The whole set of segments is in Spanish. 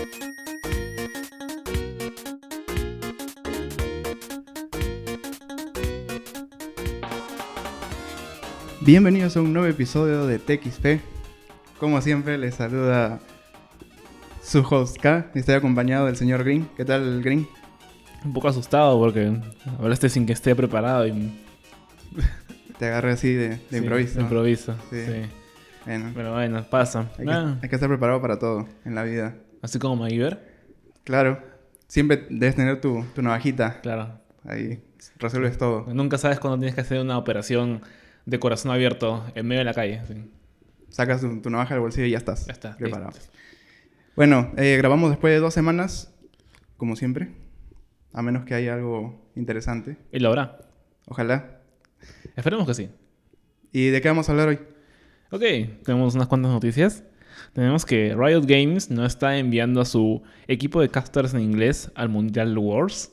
Bienvenidos a un nuevo episodio de TXP. Como siempre, les saluda su host K. Estoy acompañado del señor Green. ¿Qué tal, Green? Un poco asustado porque hablaste sin que esté preparado y... Te agarré así de Sí, improviso. de improviso, Sí. sí. Bueno, Pero bueno, pasa. hay que estar preparado para todo en la vida. Así como MacGyver. Claro, siempre debes tener tu navajita. Claro. Ahí resuelves todo. Nunca sabes cuándo tienes que hacer una operación de corazón abierto en medio de la calle. Sí. Sacas tu navaja del bolsillo y ya estás. Ya está. Preparado. Listo. Bueno, grabamos después de 2 semanas, como siempre. A menos que haya algo interesante. Y lo habrá. Ojalá. Esperemos que sí. ¿Y de qué vamos a hablar hoy? Ok, tenemos unas cuantas noticias. Tenemos que Riot Games no está enviando a su equipo de casters en inglés al Mundial Wars.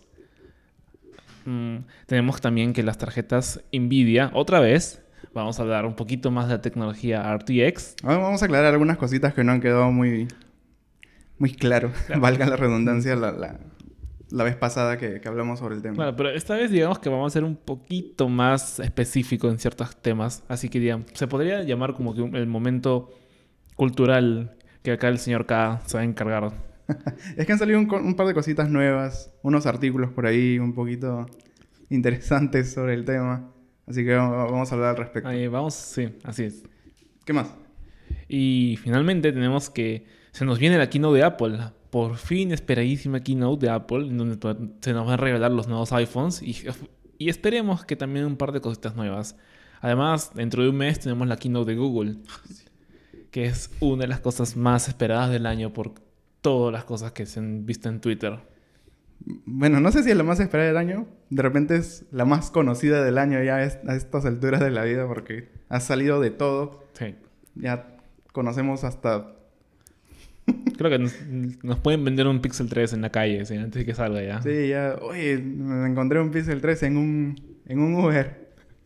Tenemos también que las tarjetas Nvidia, otra vez, vamos a hablar un poquito más de la tecnología RTX. Vamos a aclarar algunas cositas que no han quedado muy claro. Valga la redundancia la vez pasada que hablamos sobre el tema. Claro, pero esta vez digamos que vamos a ser un poquito más específico en ciertos temas. Así que digamos, se podría llamar como que el momento cultural que acá el señor K se va a encargar. Es que han salido un par de cositas nuevas, unos artículos por ahí un poquito interesantes sobre el tema. Así que vamos a hablar al respecto. Ahí vamos, sí, así es. ¿Qué más? Y finalmente tenemos que se nos viene la keynote de Apple. Por fin esperadísima keynote de Apple, en donde se nos van a revelar los nuevos iPhones y esperemos que también un par de cositas nuevas. Además, dentro de un mes tenemos la keynote de Google, que es una de las cosas más esperadas del año por todas las cosas que se han visto en Twitter. Bueno, no sé si es la más esperada del año. De repente es la más conocida del año ya a estas alturas de la vida porque ha salido de todo. Sí. Ya conocemos hasta... Creo que nos pueden vender un Pixel 3 en la calle, ¿sí? Antes de que salga ya. Sí, ya... Oye, me encontré un Pixel 3 en un Uber.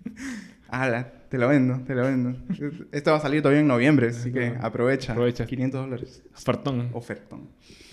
¡Hala! Te lo vendo. Esto va a salir todavía en noviembre, así que aprovecha. $500. Ofertón.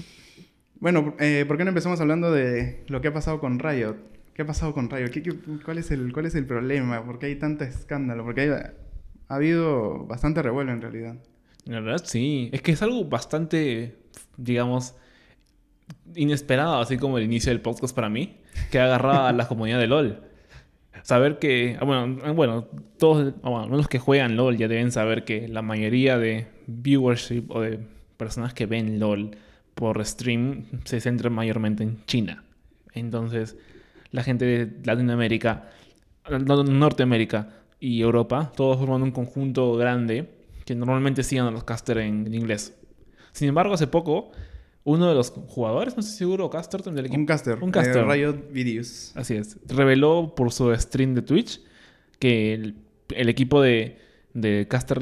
Bueno, ¿por qué no empezamos hablando de lo que ha pasado con Riot? ¿Qué ha pasado con Riot? ¿Cuál es el problema? ¿Por qué hay tanto escándalo? Porque ha habido bastante revuelo en realidad. La verdad, sí. Es que es algo bastante, digamos, inesperado, así como el inicio del podcast para mí, que ha agarrado a la comunidad de LoL. Saber que, bueno, todos, los que juegan LoL ya deben saber que la mayoría de viewership o de personas que ven LoL por stream se centran mayormente en China. Entonces, la gente de Latinoamérica, Norteamérica y Europa, todos forman un conjunto grande que normalmente siguen a los casters en inglés. Sin embargo, hace poco, uno de los jugadores, no estoy seguro, caster del equipo. Un caster. Riot Videos. Así es. Reveló por su stream de Twitch que el equipo de caster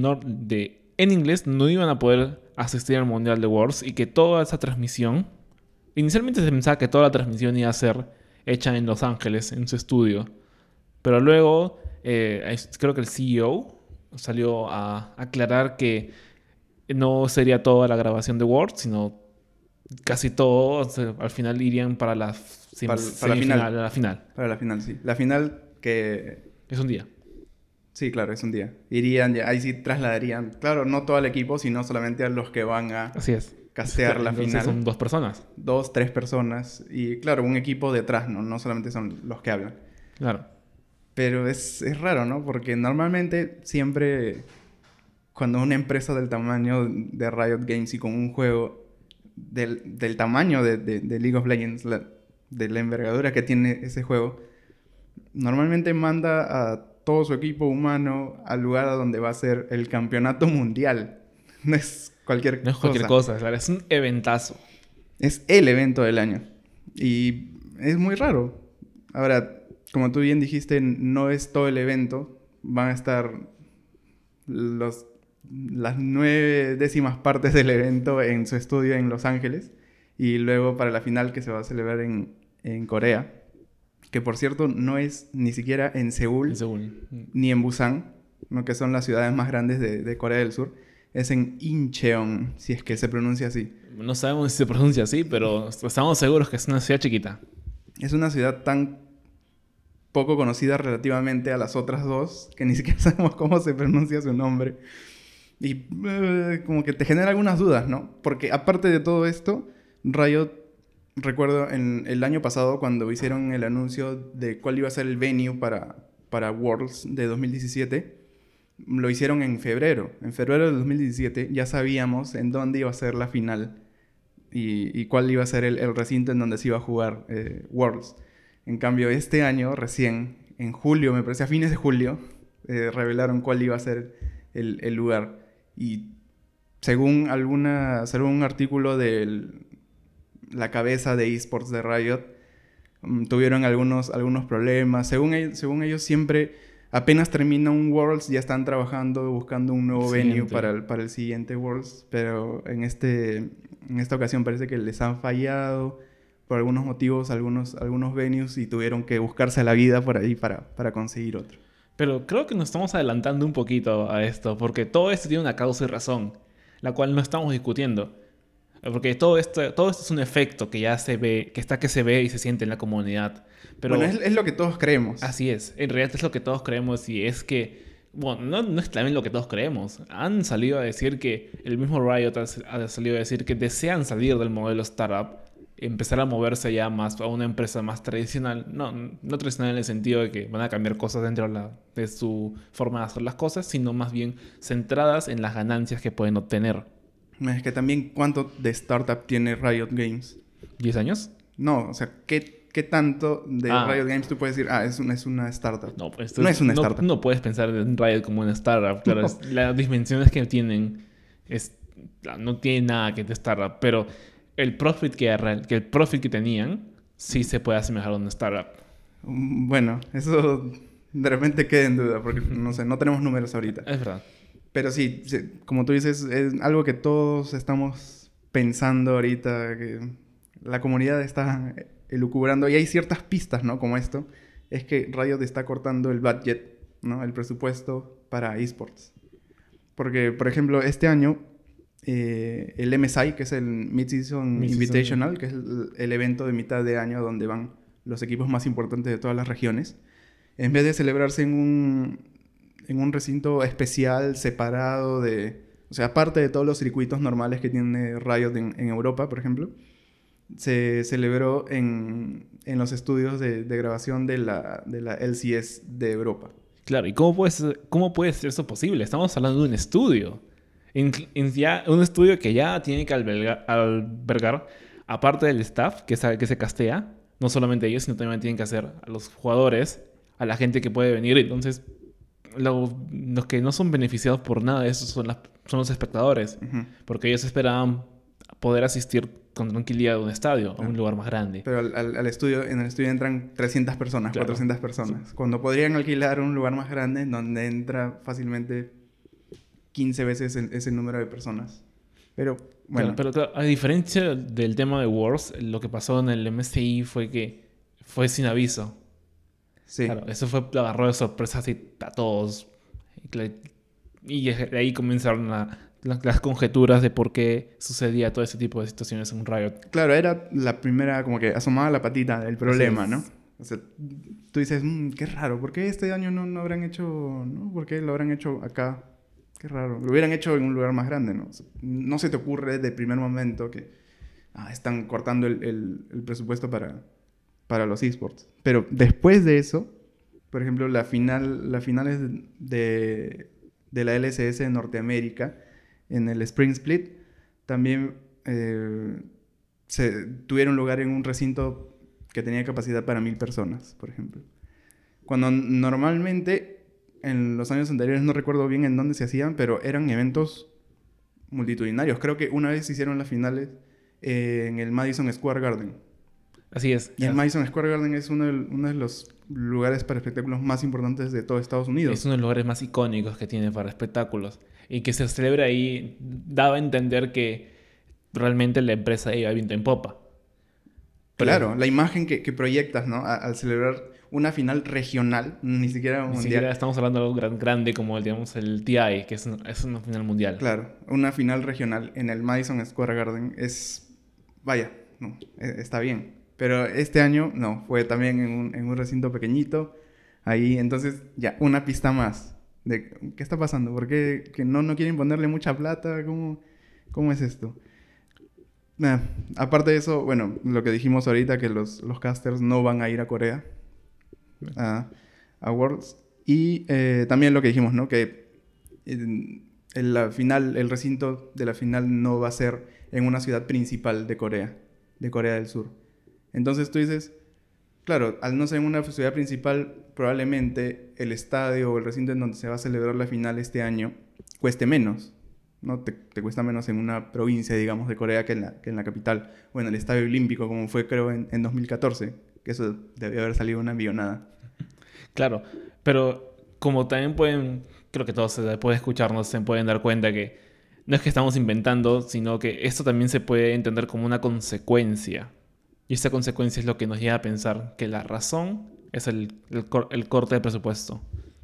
en inglés no iban a poder asistir al Mundial de Worlds y que toda esa transmisión... Inicialmente se pensaba que toda la transmisión iba a ser hecha en Los Ángeles, en su estudio. Pero luego, creo que el CEO salió a aclarar que no sería toda la grabación de Worlds, sino casi todo. O sea, al final irían para la final. Para la final, sí. La final que... Es un día. Sí, claro, es un día. Irían, ahí sí trasladarían, claro, no todo el equipo, sino solamente a los que van a Así es. castear la Entonces final. Son 2 personas. 2, 3 personas. Y claro, un equipo detrás, no solamente son los que hablan. Claro. Pero es raro, ¿no? Porque normalmente siempre cuando una empresa del tamaño de Riot Games y con un juego del tamaño de League of Legends, de la envergadura que tiene ese juego, normalmente manda a todo su equipo humano al lugar a donde va a ser el campeonato mundial. No es cualquier cosa. No es cualquier cosa, claro. Es un eventazo. Es el evento del año. Y es muy raro. Ahora, como tú bien dijiste, no es todo el evento. Van a estar las 9 décimas partes del evento en su estudio en Los Ángeles. Y luego para la final que se va a celebrar en Corea. Que por cierto no es ni siquiera en Seúl, ni en Busan, ¿no? Que son las ciudades más grandes de Corea del Sur. es en Incheon, si es que se pronuncia así. No sabemos si se pronuncia así, pero estamos seguros que es una ciudad chiquita. Es una ciudad tan poco conocida relativamente a las otras dos que ni siquiera sabemos cómo se pronuncia su nombre. Y como que te genera algunas dudas, ¿no? Porque aparte de todo esto, Riot, recuerdo en el año pasado cuando hicieron el anuncio de cuál iba a ser el venue para Worlds de 2017, lo hicieron en febrero. En febrero de 2017 ya sabíamos en dónde iba a ser la final y cuál iba a ser el recinto en donde se iba a jugar Worlds. En cambio, este año, recién, en julio, me parece a fines de julio, revelaron cuál iba a ser el lugar. Y según un artículo de la cabeza de esports de Riot, tuvieron algunos problemas. Según ellos siempre, apenas termina un Worlds, ya están trabajando, buscando un nuevo venue para el siguiente Worlds. Pero en esta ocasión parece que les han fallado por algunos motivos, algunos venues, y tuvieron que buscarse la vida por ahí para conseguir otro. Pero creo que nos estamos adelantando un poquito a esto, porque todo esto tiene una causa y razón, la cual no estamos discutiendo. Porque todo esto es un efecto que ya se ve, que se ve y se siente en la comunidad. Pero bueno, es lo que todos creemos. Así es. En realidad es lo que todos creemos y es que... Bueno, no es también lo que todos creemos. Han salido a decir que... El mismo Riot ha salido a decir que desean salir del modelo startup, empezar a moverse ya más a una empresa más tradicional. No tradicional en el sentido de que van a cambiar cosas dentro de su forma de hacer las cosas, sino más bien centradas en las ganancias que pueden obtener. Es que también, ¿cuánto de startup tiene Riot Games? ¿10 años? No, o sea, ¿qué tanto de Riot Games tú puedes decir, es una startup? No, pues no es una startup. No puedes pensar en Riot como una startup. Claro, no. Las dimensiones que tienen no tiene nada que de startup, pero el profit que tenían sí se puede asemejar a una startup. Bueno, eso de repente queda en duda, porque no sé, no tenemos números ahorita. Es verdad. Pero sí, como tú dices, es algo que todos estamos pensando ahorita, que la comunidad está elucubrando, y hay ciertas pistas, ¿no? Como esto, es que Riot está cortando el budget, ¿no? El presupuesto para esports. Porque, por ejemplo, este año, el MSI, que es el Mid-Season Invitational, que es el evento de mitad de año donde van los equipos más importantes de todas las regiones, en vez de celebrarse en un recinto especial, separado o sea, aparte de todos los circuitos normales que tiene Riot en Europa, por ejemplo, se celebró en los estudios de grabación de la LCS de Europa. Claro, ¿y cómo puede ser eso posible? Estamos hablando de un estudio. Un estudio que ya tiene que albergar, aparte del staff que se castea, no solamente ellos, sino también tienen que hacer a los jugadores, a la gente que puede venir. Entonces, los que no son beneficiados por nada de eso son los espectadores. Uh-huh. Porque ellos esperaban poder asistir con tranquilidad a un estadio, a un lugar más grande. Pero al estudio, en el estudio entran 300 personas, claro. 400 personas. Sí. Cuando podrían alquilar un lugar más grande en donde entra fácilmente 15 veces ese número de personas. Pero, bueno. Pero a diferencia del tema de Worlds, lo que pasó en el MSI fue que fue sin aviso. Sí. Claro, eso agarró de sorpresa a todos. Y de ahí comenzaron las conjeturas de por qué sucedía todo ese tipo de situaciones en Riot. Claro, era la primera, como que asomaba la patita del problema, ¿no? O sea, tú dices, qué raro, ¿por qué este año no habrán hecho, ¿no? ¿Por qué lo habrán hecho acá? Qué raro. Lo hubieran hecho en un lugar más grande, ¿no? O sea, no se te ocurre de primer momento que están cortando el presupuesto para los esports. Pero después de eso, por ejemplo, las finales de la LCS en Norteamérica, en el Spring Split, también se tuvieron lugar en un recinto que tenía capacidad para 1000 personas, por ejemplo. Cuando normalmente, en los años anteriores, no recuerdo bien en dónde se hacían, pero eran eventos multitudinarios. Creo que una vez se hicieron las finales en el Madison Square Garden. Así es. Y el Madison Square Garden es uno de los lugares para espectáculos más importantes de todo Estados Unidos. Es uno de los lugares más icónicos que tiene para espectáculos. Y que se celebra ahí daba a entender que realmente la empresa iba viento en popa. Claro, la imagen que proyectas, ¿no? Al celebrar una final regional, ni siquiera Ni mundial. siquiera estamos hablando de algo grande como digamos, el TI, que es una final mundial. Claro, una final regional en el Madison Square Garden es... Vaya, no, está bien. Pero este año, no, fue también en un recinto pequeñito. Ahí, entonces, ya, una pista más. ¿Qué está pasando? ¿Por qué que no quieren ponerle mucha plata? ¿Cómo es esto? Nah, aparte de eso, bueno, lo que dijimos ahorita, que los casters no van a ir a Corea a Worlds. Y también lo que dijimos, ¿no? Que la final, el recinto de la final no va a ser en una ciudad principal de Corea del Sur. Entonces tú dices, claro, al no ser en una ciudad principal, probablemente el estadio o el recinto en donde se va a celebrar la final este año cueste menos, ¿no? Te cuesta menos en una provincia, digamos, de Corea que en la capital. O en el Estadio Olímpico, como fue, creo, en 2014. Que eso debió haber salido una millonada. Claro, pero como también creo que todos se pueden escucharnos, se pueden dar cuenta que no es que estamos inventando, sino que esto también se puede entender como una consecuencia. Y esta consecuencia es lo que nos lleva a pensar que la razón es el corte de presupuesto.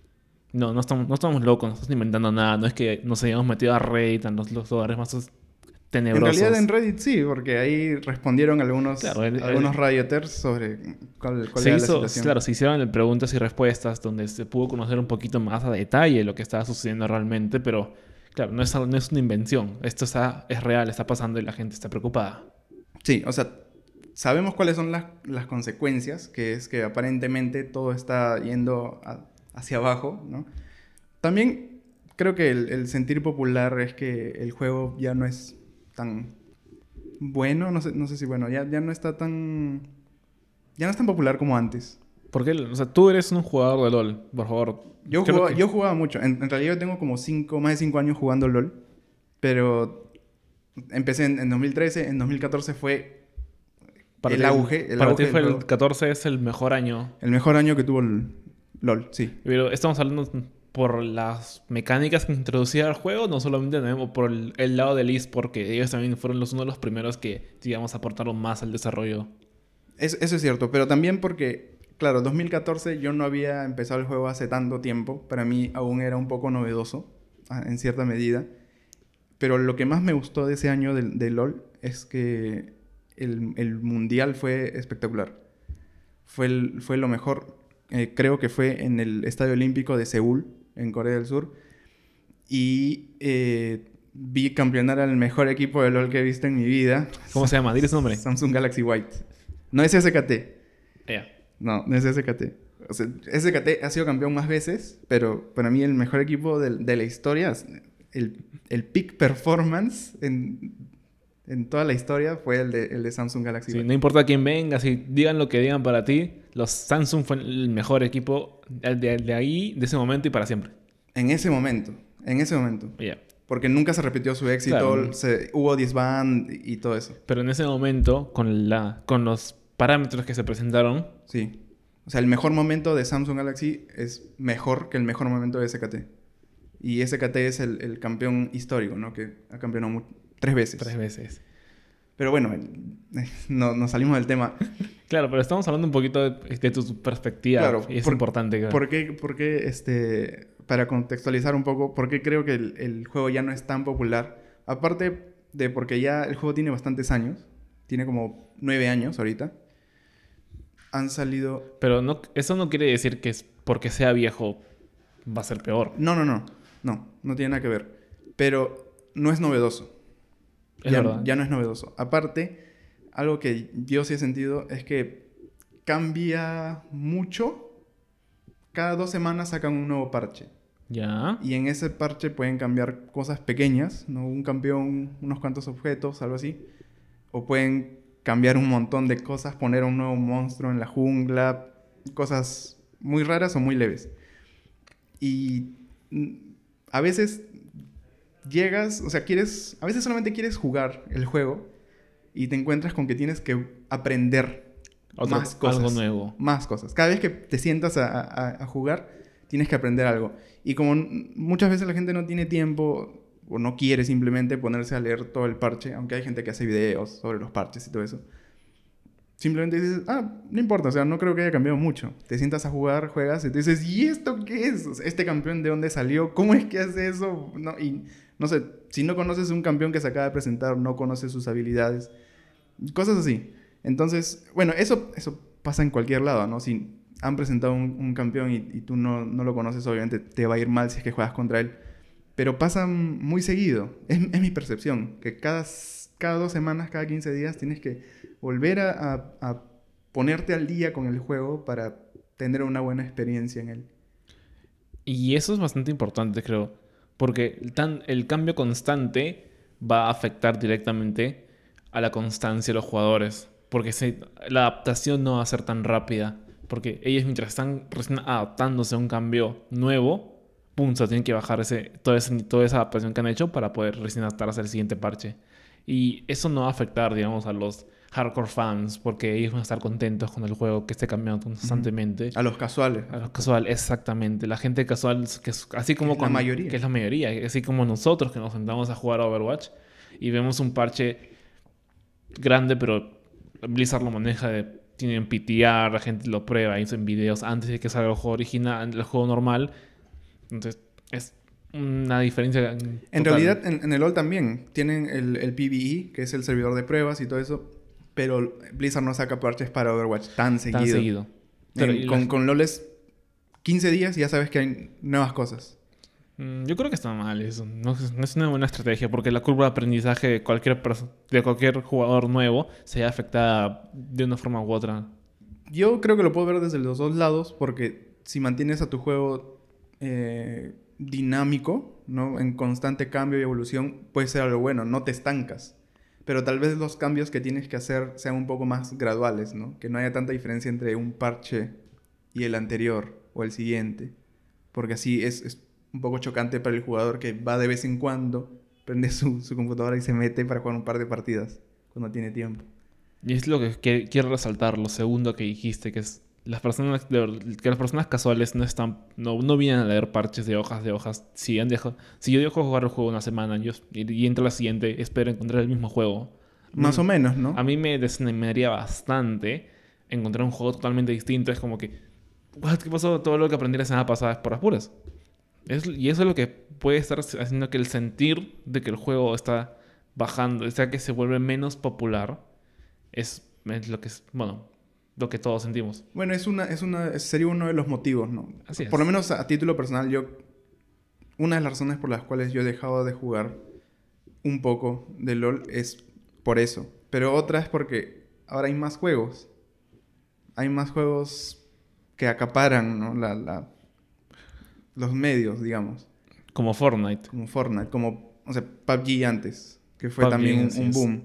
No estamos locos, no estamos inventando nada. No es que nos hayamos metido a Reddit, a los lugares más tenebrosos. En realidad en Reddit sí, porque ahí respondieron algunos rioters sobre cuál era la situación. Claro, se hicieron preguntas y respuestas donde se pudo conocer un poquito más a detalle lo que estaba sucediendo realmente, pero claro, no es una invención. Esto es real, está pasando y la gente está preocupada. Sí, o sea, sabemos cuáles son las consecuencias, que es que aparentemente todo está yendo hacia abajo, ¿no? También creo que el sentir popular es que el juego ya no es tan bueno, no sé si bueno, ya no está tan... Ya no es tan popular como antes. Porque, o sea, tú eres un jugador de LoL, por favor. Yo jugaba mucho. En realidad yo tengo como más de 5 años jugando LoL. Pero empecé en 2013. En 2014 fue el auge. Para ti fue el 14 es el mejor año. El mejor año que tuvo el LoL, sí. Pero estamos hablando por las mecánicas que introducía al juego, no solamente por el lado del eSport, que ellos también fueron uno de los primeros que, digamos, aportaron más al desarrollo. Eso es cierto, pero también porque, claro, 2014 yo no había empezado el juego hace tanto tiempo. Para mí aún era un poco novedoso, en cierta medida. Pero lo que más me gustó de ese año de LoL es que el mundial fue espectacular. Fue lo mejor. Creo que fue en el Estadio Olímpico de Seúl, en Corea del Sur. Y vi campeonar al mejor equipo de LoL que he visto en mi vida. ¿Cómo se llama? Dile su nombre. Samsung Galaxy White. No es SKT. Yeah. No es SKT. O sea, SKT ha sido campeón más veces, pero para mí el mejor equipo de la historia, el peak performance en toda la historia fue el de Samsung Galaxy White. No importa quién venga, si digan lo que digan para ti, los Samsung fue el mejor equipo de ahí, de ese momento y para siempre. En ese momento. Yeah. Porque nunca se repitió su éxito, claro. Hubo disband y todo eso. Pero en ese momento, con los parámetros que se presentaron... Sí. O sea, el mejor momento de Samsung Galaxy es mejor que el mejor momento de SKT. Y SKT es el campeón histórico, ¿no? Que ha campeonado 3 veces. 3 veces. Pero bueno, nos salimos del tema. Claro, pero estamos hablando un poquito de tu perspectiva. Claro, y es importante. Claro. ¿Por qué, para contextualizar un poco, por qué creo que el juego ya no es tan popular? Aparte de porque ya el juego tiene bastantes años. Tiene como 9 años ahorita. Han salido... Pero eso no quiere decir que porque sea viejo va a ser peor. No tiene nada que ver. Pero no es novedoso. Ya no es novedoso. Aparte, algo que yo sí he sentido es que cambia mucho. Cada 2 semanas sacan un nuevo parche. Ya. Y en ese parche pueden cambiar cosas pequeñas, ¿no? Un campeón, unos cuantos objetos, algo así. O pueden cambiar un montón de cosas, poner un nuevo monstruo en la jungla, cosas muy raras o muy leves. Y a veces llegas, o sea, a veces solamente quieres jugar el juego y te encuentras con que tienes que aprender más cosas. Algo nuevo. Más cosas. Cada vez que te sientas a jugar, tienes que aprender algo. Y como muchas veces la gente no tiene tiempo o no quiere simplemente ponerse a leer todo el parche, aunque hay gente que hace videos sobre los parches y todo eso, simplemente dices, no importa, o sea, no creo que haya cambiado mucho. Te sientas a jugar, juegas y te dices, ¿y esto qué es? O sea, ¿este campeón de dónde salió? ¿Cómo es que hace eso? No, y no sé, si no conoces un campeón que se acaba de presentar, no conoces sus habilidades, cosas así. Entonces, bueno, eso pasa en cualquier lado, ¿no? Si han presentado un campeón y tú no lo conoces, obviamente te va a ir mal si es que juegas contra él. Pero pasa muy seguido. Es mi percepción. Que cada 2 semanas, cada 15 días, tienes que volver a ponerte al día con el juego para tener una buena experiencia en él. Y eso es bastante importante, creo. Porque el cambio constante va a afectar directamente a la constancia de los jugadores. Porque la adaptación no va a ser tan rápida. Porque ellos, mientras están recién adaptándose a un cambio nuevo, pum, se tienen que bajar toda esa adaptación que han hecho para poder recién adaptarse al siguiente parche. Y eso no va a afectar, digamos, a los hardcore fans, porque ellos van a estar contentos con el juego que esté cambiando constantemente. A los casuales. A los casual, exactamente. La gente casual, que es así como la mayoría. Que es la mayoría. Así como nosotros que nos sentamos a jugar a Overwatch y vemos un parche grande, pero Blizzard lo maneja tienen PTR, la gente lo prueba, hizo en videos antes de que salga el juego original, el juego normal. Entonces, es una diferencia total. En realidad, en el LoL también tienen el PvE, que es el servidor de pruebas y todo eso, pero Blizzard no saca parches para Overwatch tan seguido. Con LoL es 15 días y ya sabes que hay nuevas cosas. Yo creo que está mal eso. No es una buena estrategia porque la curva de aprendizaje de cualquier jugador nuevo se ve afectada de una forma u otra. Yo creo que lo puedo ver desde los dos lados porque si mantienes a tu juego dinámico, ¿no? En constante cambio y evolución, puede ser algo bueno, no te estancas. Pero tal vez los cambios que tienes que hacer sean un poco más graduales, ¿no? Que no haya tanta diferencia entre un parche y el anterior o el siguiente. Porque así es un poco chocante para el jugador que va de vez en cuando, prende su computadora y se mete para jugar un par de partidas cuando tiene tiempo. Y es lo que quiero resaltar, lo segundo que dijiste, que es que las personas casuales no vienen a leer parches de hojas. Si yo dejo jugar el juego una semana y entro a la siguiente, espero encontrar el mismo juego. Más o menos, ¿no? A mí me desanimaría bastante encontrar un juego totalmente distinto. Es como que, ¿qué pasó? Todo lo que aprendí la semana pasada es por las puras. Y eso es lo que puede estar haciendo que el sentir de que el juego está bajando, o sea, que se vuelve menos popular, es lo que es, bueno, lo que todos sentimos. Bueno, sería uno de los motivos, ¿no? Así es. Por lo menos a título personal, una de las razones por las cuales yo he dejado de jugar un poco de LoL es por eso. Pero otra es porque ahora hay más juegos. Hay más juegos que acaparan, ¿no? Los medios, digamos. Como Fortnite. Como, o sea, PUBG antes, que fue PUBG, también así un boom.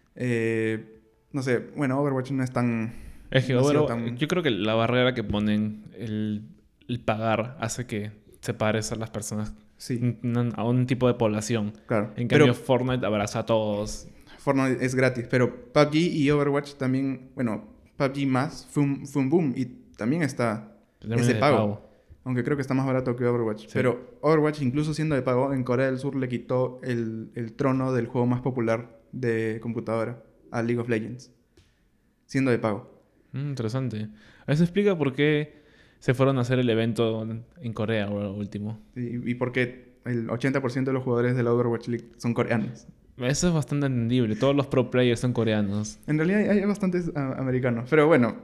No sé, bueno, Overwatch no es tan... Es que yo creo que la barrera que ponen, el pagar, hace que separes a las personas a un tipo de población. Claro. En cambio, Fortnite abraza a todos. Fortnite es gratis, pero PUBG y Overwatch también, bueno, PUBG más fue un boom y también es de pago. Aunque creo que está más barato que Overwatch. Sí. Pero Overwatch, incluso siendo de pago, en Corea del Sur le quitó el trono del juego más popular de computadora a League of Legends. Siendo de pago. Interesante. Eso explica por qué se fueron a hacer el evento en Corea ahora último. Sí, y por qué el 80% de los jugadores de la Overwatch League son coreanos. Eso es bastante entendible. Todos los pro players son coreanos. En realidad hay bastantes americanos. Pero bueno,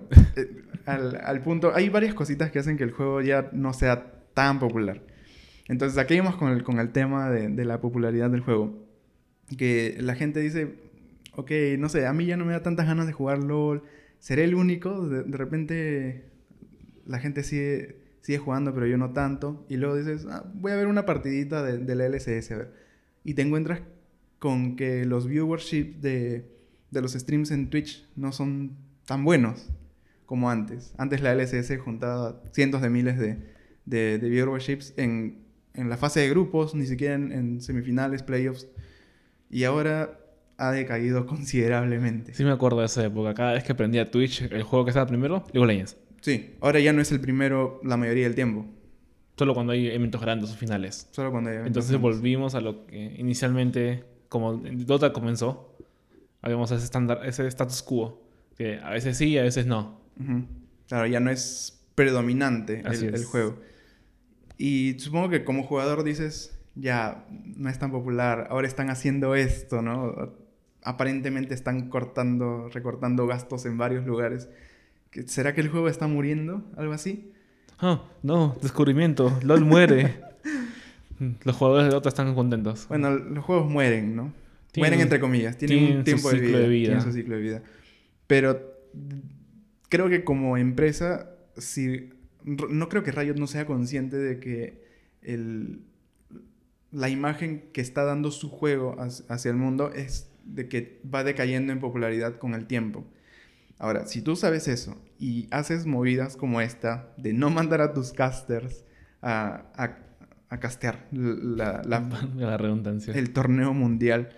al punto... Hay varias cositas que hacen que el juego ya no sea tan popular. Entonces, aquí vamos con el tema de la popularidad del juego. Que la gente dice... Ok, no sé, a mí ya no me da tantas ganas de jugar LoL. ¿Seré el único? De repente la gente sigue jugando, pero yo no tanto. Y luego dices, voy a ver una partidita de la LCS. A ver. Y te encuentras con que los viewership de los streams en Twitch no son tan buenos como antes. Antes la LCS juntaba cientos de miles de viewerships en la fase de grupos, ni siquiera en semifinales, playoffs. Y ahora ha decaído considerablemente. Sí me acuerdo de esa época. Cada vez que prendía Twitch, el juego que estaba primero, League of Legends. Sí, ahora ya no es el primero la mayoría del tiempo. Solo cuando hay eventos grandes o finales. Solo cuando hay eventos Entonces grandes. Volvimos a lo que inicialmente, como Dota comenzó, habíamos ese status quo. Que a veces sí, a veces no. Ujú. Claro, ya no es predominante Así el es. juego. Y supongo que como jugador dices, ya no es tan popular, ahora están haciendo esto, ¿no? Aparentemente están recortando gastos en varios lugares. ¿Será que el juego está muriendo? ¿Algo así? Ah, no, descubrimiento. LOL muere. Los jugadores de Dota están contentos. Bueno, los juegos mueren, ¿no? Mueren Tienen, entre comillas, tienen un tienen su tiempo de ciclo de vida, tienen vida. su ciclo de vida. Pero creo que como empresa, si, no creo que Riot no sea consciente de que el, la imagen que está dando su juego hacia el mundo es de que va decayendo en popularidad con el tiempo. Ahora, si tú sabes eso y haces movidas como esta, de no mandar a tus casters a castear La redundancia. el torneo mundial,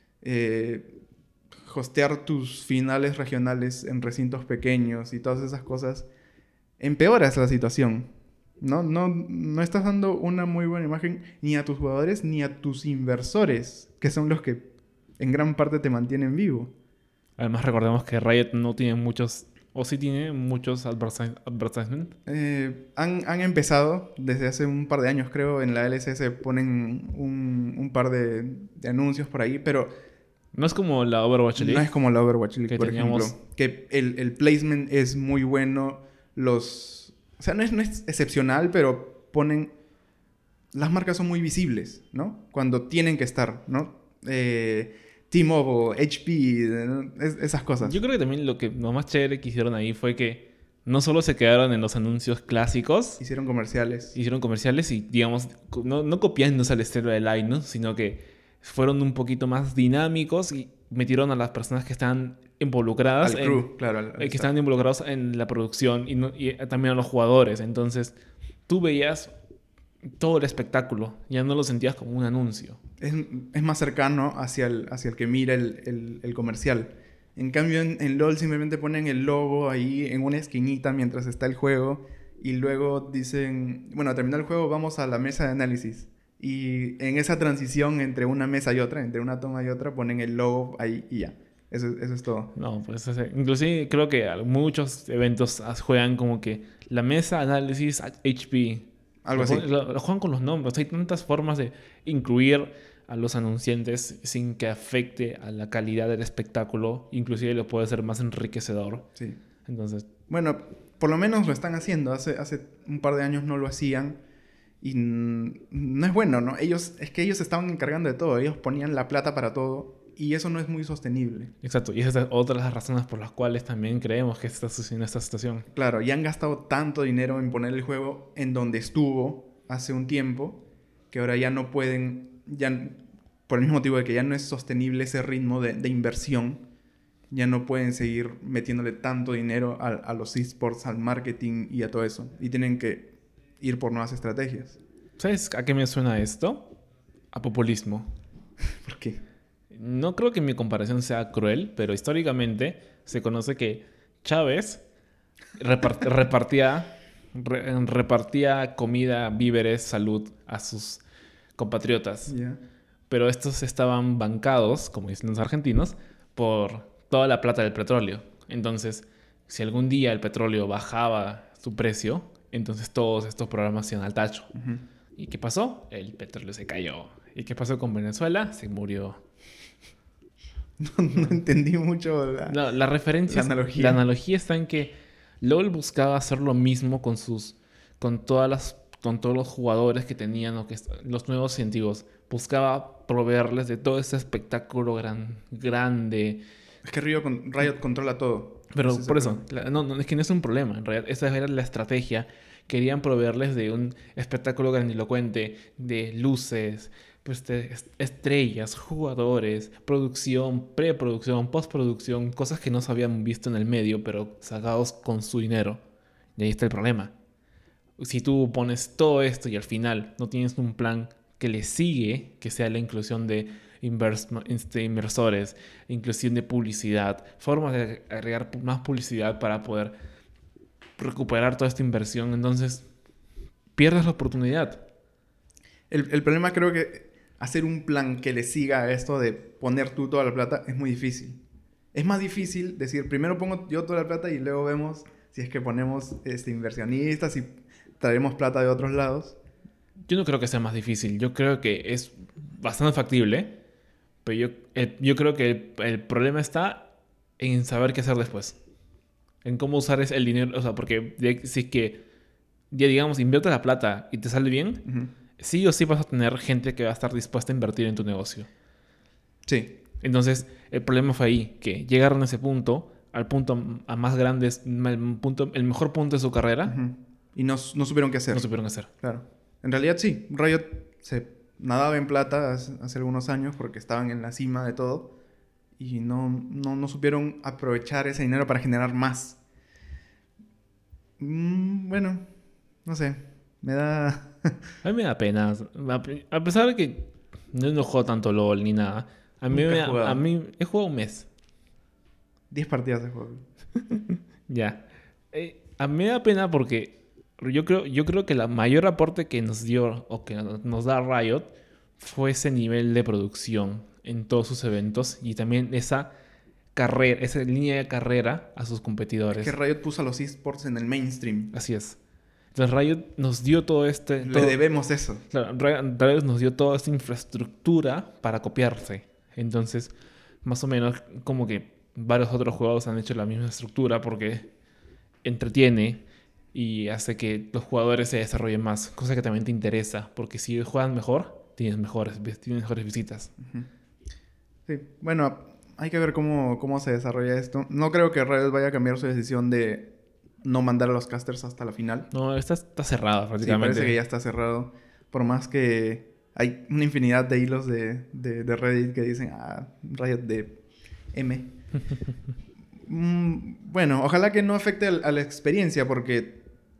hostear tus finales regionales en recintos pequeños y todas esas cosas, empeoras la situación. No estás dando una muy buena imagen ni a tus jugadores ni a tus inversores, que son los que en gran parte te mantienen vivo. Además, recordemos que Riot no tiene muchos, o sí tiene muchos advertisements. Han empezado desde hace un par de años, creo, en la LCS ponen un par de anuncios por ahí, pero No es como la Overwatch no League, es como la Overwatch League, que por teníamos... ejemplo. Que el placement es muy bueno. O sea, no es excepcional, pero ponen... Las marcas son muy visibles, ¿no? Cuando tienen que estar, ¿no? T-Mobile, HP, ¿no? Esas cosas. Yo creo que también lo más chévere que hicieron ahí fue que no solo se quedaron en los anuncios clásicos, Hicieron comerciales. hicieron comerciales y, digamos, no copiándose al estilo de Linus, sino que fueron un poquito más dinámicos y metieron a las personas que estaban involucradas Al crew, claro. Al que staff. estaban involucrados en la producción y también a los jugadores. Entonces, tú veías todo el espectáculo, ya no lo sentías como un anuncio. Es más cercano hacia el que mira el comercial. En cambio, en LoL simplemente ponen el logo ahí en una esquinita mientras está el juego. Y luego dicen, bueno, a terminar el juego vamos a la mesa de análisis. Y en esa transición entre una mesa y otra, entre una toma y otra, ponen el logo ahí y ya. Eso es todo. No, pues inclusive creo que muchos eventos juegan como que la mesa análisis HP. Algo así. Lo juegan con los nombres. Hay tantas formas de incluir a los anunciantes sin que afecte a la calidad del espectáculo. Inclusive lo puede ser más enriquecedor. Sí. Entonces, Bueno, por lo menos lo están haciendo. Hace un par de años no lo hacían. Y no es bueno, ¿no? Es que ellos se estaban encargando de todo. Ellos ponían la plata para todo. Y eso no es muy sostenible. exacto. Y esa es otra de las razones por las cuales también creemos que está sucediendo esta situación. Claro, y han gastado tanto dinero en poner el juego en donde estuvo hace un tiempo, que ahora ya no pueden, por el mismo motivo de que ya no es sostenible ese ritmo de inversión, ya no pueden seguir metiéndole tanto dinero a los esports, al marketing y a todo eso. Y tienen que ir por nuevas estrategias. ¿Sabes a qué me suena esto? A populismo. ¿Por qué? No creo que mi comparación sea cruel, pero históricamente se conoce que Chávez repartía comida, víveres, salud a sus compatriotas. Ya. Pero estos estaban bancados, como dicen los argentinos, por toda la plata del petróleo. Entonces, si algún día el petróleo bajaba su precio, entonces todos estos programas se iban al tacho. Ujú. ¿Y qué pasó? El petróleo se cayó. ¿Y qué pasó con Venezuela? Se murió. No entendí mucho La referencia, analogía. la analogía está en que LoL buscaba hacer lo mismo con todos los jugadores que tenían los nuevos y antiguos. Buscaba proveerles de todo ese espectáculo grande. Es que Riot controla todo. Pero Ese es por el eso, problema. no, es que no es un problema. En realidad, esa era la estrategia. Querían proveerles de un espectáculo grandilocuente, de luces, pues de estrellas, jugadores, producción, preproducción, postproducción, cosas que no se habían visto en el medio, pero sacados con su dinero. Y ahí está el problema. Si tú pones todo esto y al final no tienes un plan que le sigue, que sea la inclusión de inversores, inclusión de publicidad, formas de agregar más publicidad para poder recuperar toda esta inversión, entonces pierdes la oportunidad. El problema creo que hacer un plan que le siga a esto de poner tú toda la plata es muy difícil. Es más difícil decir, primero pongo yo toda la plata y luego vemos si es que ponemos inversionistas y traemos plata de otros lados. Yo no creo que sea más difícil. Yo creo que es bastante factible. Pero yo creo que el problema está en saber qué hacer después. En cómo usar el dinero. O sea, porque si es que, ya digamos, inviertes la plata y te sale bien, Ujú. sí o sí vas a tener gente que va a estar dispuesta a invertir en tu negocio. Sí. Entonces, el problema fue ahí, que llegaron a ese punto, al punto a más grande, el mejor punto de su carrera, Ujú. Y no supieron qué hacer. no supieron qué hacer. Claro. En realidad sí. Riot se nadaba en plata hace algunos años porque estaban en la cima de todo. Y no supieron aprovechar ese dinero para generar más. Bueno, no sé. Me da... A mí me da pena. A pesar de que no juego tanto LOL ni nada. Nunca he jugado. A mí he jugado un mes. 10 partidas de juego. Ya. A mí me da pena porque yo creo que la mayor aporte que nos dio o que nos da Riot fue ese nivel de producción en todos sus eventos y también esa carrera, esa línea de carrera a sus competidores. Es que Riot puso a los esports en el mainstream. Así es. Entonces Riot nos dio todo este... Le debemos eso. Claro, Riot nos dio toda esta infraestructura para copiarse. Entonces, más o menos como que varios otros juegos han hecho la misma estructura porque entretiene y hace que los jugadores se desarrollen más, cosa que también te interesa, porque si juegan mejor, tienes mejores visitas. Ujú. Sí, bueno, hay que ver cómo se desarrolla esto. No creo que Riot vaya a cambiar su decisión de no mandar a los casters hasta la final. No, está cerrada Sí, prácticamente. parece que ya está cerrado. Por más que hay una infinidad de hilos de Reddit que dicen, Riot de M. Bueno, ojalá que no afecte a la experiencia, porque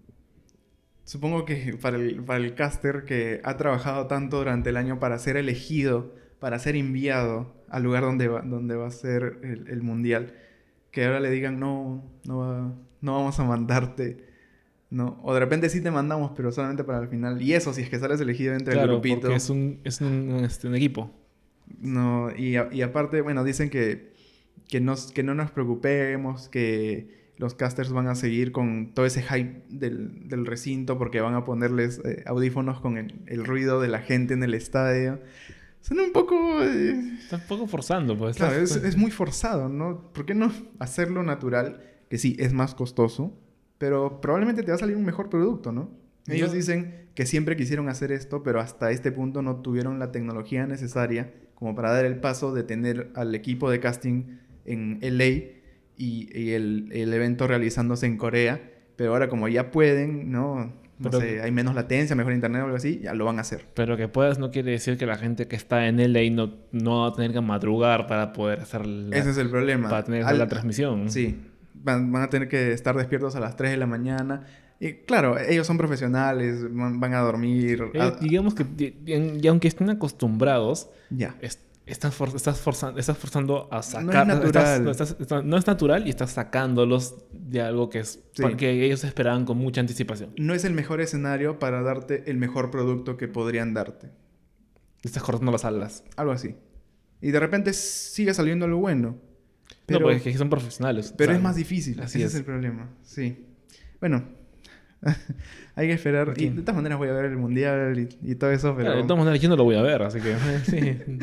supongo que para el caster que ha trabajado tanto durante el año para ser elegido, para ser enviado al lugar donde va a ser el mundial, que ahora le digan, no vamos a mandarte, ¿no? O de repente sí te mandamos, pero solamente para el final. Y eso, si es que sales elegido entre el grupito. Porque es un equipo. No, y aparte, bueno, dicen que no nos preocupemos, que los casters van a seguir con todo ese hype del recinto porque van a ponerles audífonos con el ruido de la gente en el estadio. Suena un poco... Está un poco forzando, pues. Claro, es muy forzado, ¿no? ¿Por qué no hacerlo natural? Que sí, es más costoso, pero probablemente te va a salir un mejor producto, ¿no? Ellos dicen que siempre quisieron hacer esto, pero hasta este punto no tuvieron la tecnología necesaria como para dar el paso de tener al equipo de casting en LA y el evento realizándose en Corea. Pero ahora como ya pueden, ¿no? No sé, hay menos latencia, mejor internet o algo así, ya lo van a hacer. Pero que puedas no quiere decir que la gente que está en LA no va a tener que madrugar para poder hacer Ese es el problema. Para tener la transmisión. Sí. Van a tener que estar despiertos a las 3 de la mañana. Y claro, ellos son profesionales, van a dormir. Digamos que, y aunque estén acostumbrados, Ya. estás forzando a sacar. No es natural. No es natural y estás sacándolos de algo que que ellos esperaban con mucha anticipación. No es el mejor escenario para darte el mejor producto que podrían darte. Estás cortando las alas. Algo así. Y de repente sigue saliendo algo bueno. Pero, no, porque son profesionales. Pero es más difícil. Así Ese es el problema. Sí. Bueno. Hay que esperar. Y de todas maneras voy a ver el mundial y todo eso, pero... Claro, de todas maneras yo no lo voy a ver, así que... sí.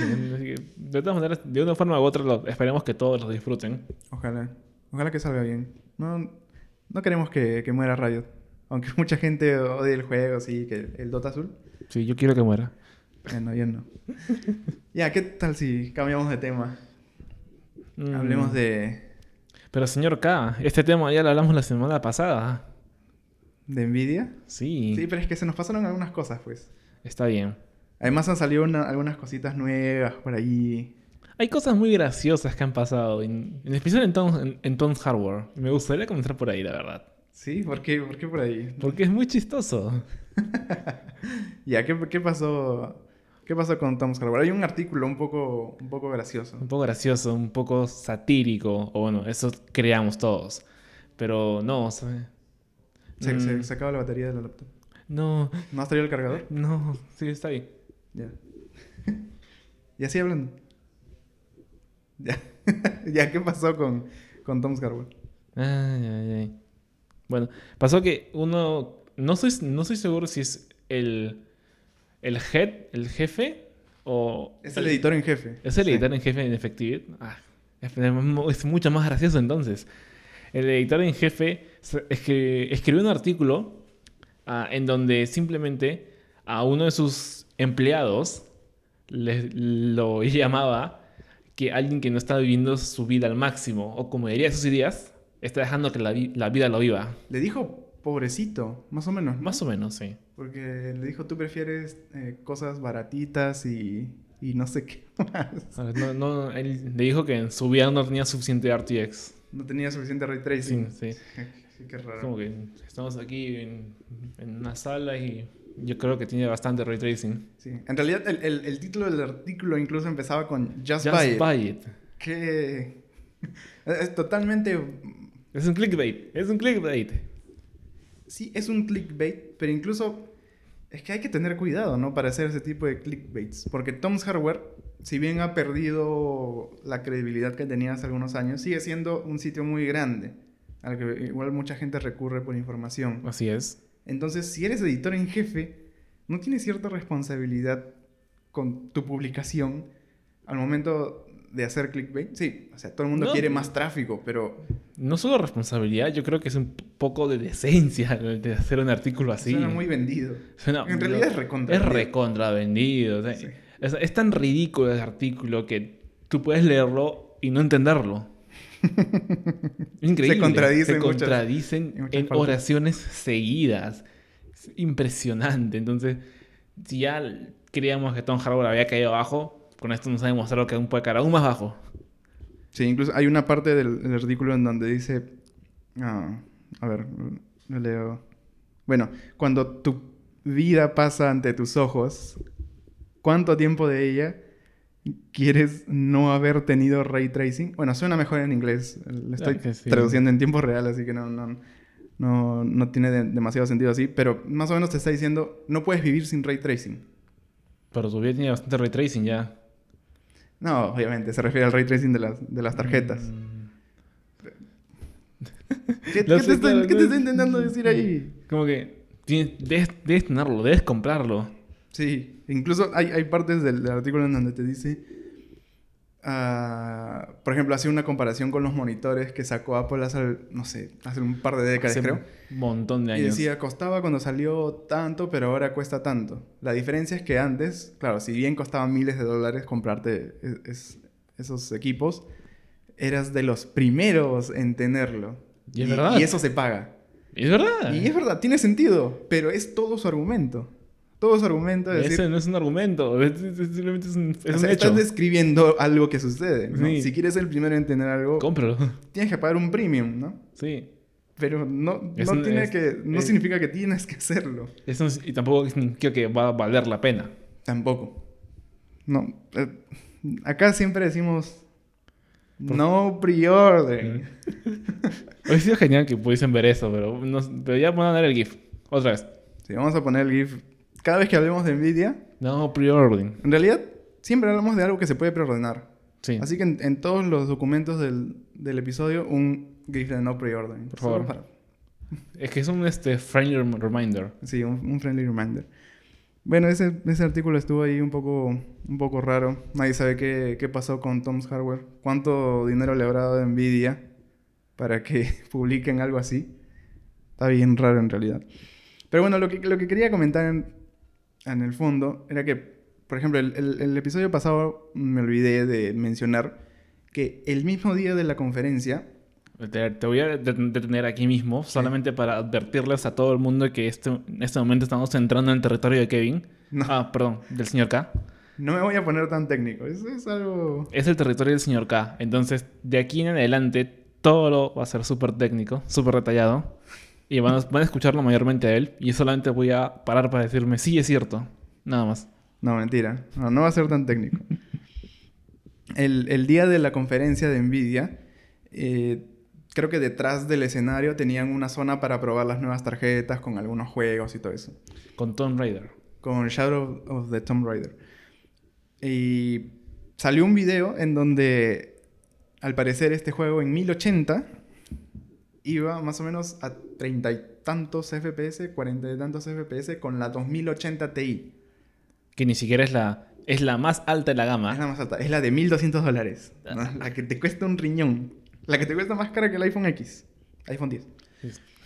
De todas maneras, de una forma u otra, esperemos que todos lo disfruten. Ojalá. Ojalá que salga bien. No queremos que muera Riot. Aunque mucha gente odie el juego, sí, que el Dota azul. Sí, yo quiero que muera. Bueno, yo no. Ya, ¿qué tal si cambiamos de tema? Hablemos de... Pero señor K, este tema ya lo hablamos la semana pasada. ¿De Nvidia? Sí. Sí, pero es que se nos pasaron algunas cosas, pues. Está bien. Además han salido algunas cositas nuevas por ahí. Hay cosas muy graciosas que han pasado, en especial en Tom's Hardware. Me gustaría comenzar por ahí, la verdad. ¿Sí? ¿Por qué por ahí? Porque es muy chistoso. Ya, ¿qué pasó? ¿Qué pasó con Tom's Hardware? Hay un artículo un poco gracioso. Un poco gracioso, un poco satírico. O bueno, eso creamos todos. Pero no, ¿sabes? Se acaba la batería de la laptop. No. ¿No has traído el cargador? No, sí, está ahí. Ya. Y así hablando. Ya. ¿Ya qué pasó con Tom Hardware? Ay, ay, ay. Bueno, pasó que uno... No estoy seguro si es el head, el jefe, o... Es el editor en jefe. Es el Sí. editor en jefe en Effective. Es mucho más gracioso entonces. El editor en jefe escribió un artículo en donde simplemente a uno de sus empleados lo llamaba que alguien que no está viviendo su vida al máximo, o como diría sus ideas, está dejando que la vida lo viva. Le dijo pobrecito, más o menos, ¿no? Más o menos, sí. Porque le dijo, tú prefieres cosas baratitas y no sé qué más. Él le dijo que en su vida no tenía suficiente RTX. No tenía suficiente ray Sí, tracing. sí. Sí, qué raro. Como que estamos aquí en una sala y yo creo que tiene bastante ray tracing. Sí. En realidad, el título del artículo incluso empezaba con Just, Just Buy It. buy it. Que es totalmente... Es un clickbait. Es un clickbait. Sí, es un clickbait, pero incluso es que hay que tener cuidado, ¿no? Para hacer ese tipo de clickbaits. Porque Tom's Hardware, si bien ha perdido la credibilidad que tenía hace algunos años, sigue siendo un sitio muy grande, al que igual mucha gente recurre por información. Así es. Entonces, si eres editor en jefe, no tienes cierta responsabilidad con tu publicación al momento de hacer clickbait. Sí, o sea, todo el mundo No. quiere más tráfico, pero No solo responsabilidad, yo creo que es un poco de decencia el de hacer un artículo así. suena muy vendido. Suena- En realidad es recontra Es vendido. recontra vendido. O sea, Sí. es tan ridículo ese artículo que tú puedes leerlo y no entenderlo. Increíble. Se contradicen Se muchas- contradicen muchas en partes. oraciones seguidas. Es impresionante. Entonces, si ya creíamos que Tom Hardware había caído abajo, con esto nos ha demostrado que aún puede caer aún más bajo. Sí, incluso hay una parte del artículo en donde dice... a ver, lo leo. Bueno, cuando tu vida pasa ante tus ojos, ¿cuánto tiempo de ella quieres no haber tenido ray tracing? Bueno, suena mejor en inglés. Le estoy que sí. traduciendo en tiempo real, así que no tiene demasiado sentido así. Pero más o menos te está diciendo, no puedes vivir sin ray tracing. Pero tu vida tiene bastante ray tracing ya. No, obviamente, se refiere al ray tracing de las tarjetas. ¿Qué Lo te sé, está claro, qué no te es- está intentando decir ahí? Como que debes tenerlo, debes comprarlo. Sí, incluso hay partes del artículo en donde te dice, por ejemplo, hace una comparación con los monitores que sacó Apple hace, no sé, hace un par de décadas, Hace creo. un montón de Y años. decía, costaba cuando salió tanto, pero ahora cuesta tanto. La diferencia es que antes, claro, si bien costaba miles de dólares comprarte esos equipos, eras de los primeros en tenerlo. Y es verdad. Y eso se paga. Es verdad. Y es verdad, tiene sentido, pero es todo su argumento. Todo su argumento es Ese decir, no es un argumento, simplemente es un o sea, hecho. estás describiendo algo que sucede, ¿no? Sí. Si quieres ser el primero en tener algo, Cómpralo. tienes que pagar un premium, ¿no? Sí. Pero no Eso es- significa que tienes que hacerlo. Eso y tampoco significa que va a valer la pena. Tampoco. No. Acá siempre decimos no pre-order. Hubiera sido genial que pudiesen ver eso, pero ya van a dar el GIF. Otra vez. Sí, vamos a poner el GIF. Cada vez que hablemos de Nvidia, No pre-ordering. en realidad siempre hablamos de algo que se puede preordenar. Sí. Así que en todos los documentos del episodio, un GIF de no pre-order. Por favor. Es que es un friendly reminder. Sí, un friendly reminder. Bueno, ese artículo estuvo ahí un poco raro. Nadie sabe qué pasó con Tom's Hardware. ¿Cuánto dinero le habrá dado Nvidia para que publiquen algo así? Está bien raro en realidad. Pero bueno, lo que quería comentar en el fondo era que, por ejemplo, el episodio pasado me olvidé de mencionar que el mismo día de la conferencia... Te voy a detener aquí mismo, solamente para advertirles a todo el mundo que en este momento estamos entrando en el territorio de Kevin. No. Perdón, del señor K. No me voy a poner tan técnico. Eso es algo... Es el territorio del señor K. Entonces, de aquí en adelante, todo lo va a ser súper técnico, súper detallado. Y van a escucharlo mayormente a él. Y solamente voy a parar para decirme, sí, es cierto. Nada más. No, mentira. No va a ser tan técnico. El día de la conferencia de Nvidia, creo que detrás del escenario tenían una zona para probar las nuevas tarjetas con algunos juegos y todo eso. Con Tomb Raider. Con Shadow of the Tomb Raider. Y salió un video en donde al parecer este juego en 1080 iba más o menos a 30 y tantos FPS, 40 y tantos FPS con la 2080 Ti. Que ni siquiera es la más alta de la gama. Es la más alta, es la de $1,200, ¿no? La que te cuesta un riñón. La que te cuesta más cara que el iPhone X. iPhone 10. Sí.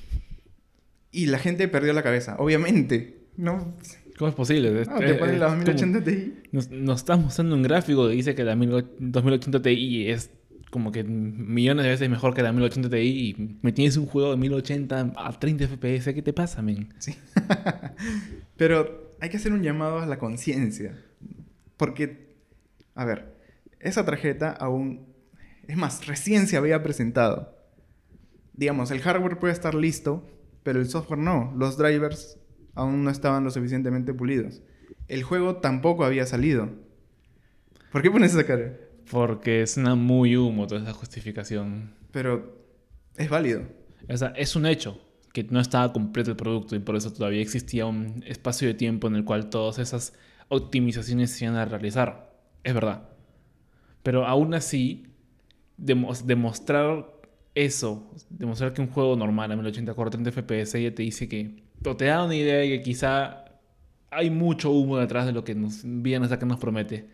Y la gente perdió la cabeza, obviamente. No, ¿Cómo es posible? te ponen la 2080 Ti. Nos estás mostrando un gráfico que dice que la 2080 Ti es como que millones de veces mejor que la 1080 Ti y me tienes un juego de 1080 a 30 FPS. ¿Qué te pasa, men? Sí. Pero hay que hacer un llamado a la conciencia. Porque, a ver, esa tarjeta aún... Es más, recién se había presentado. Digamos, el hardware puede estar listo, pero el software no. Los drivers aún no estaban lo suficientemente pulidos. El juego tampoco había salido. ¿Por qué pones esa cara? Porque suena muy humo toda esa justificación. Pero es válido. O sea, es un hecho que no estaba completo el producto y por eso todavía existía un espacio de tiempo en el cual todas esas optimizaciones se iban a realizar. Es verdad. Pero aún así, demostrar eso, demostrar que un juego normal a 1080 corre 30 FPS ya te dice que... O te da una idea de que quizá hay mucho humo detrás de lo que nos viene hasta que nos promete.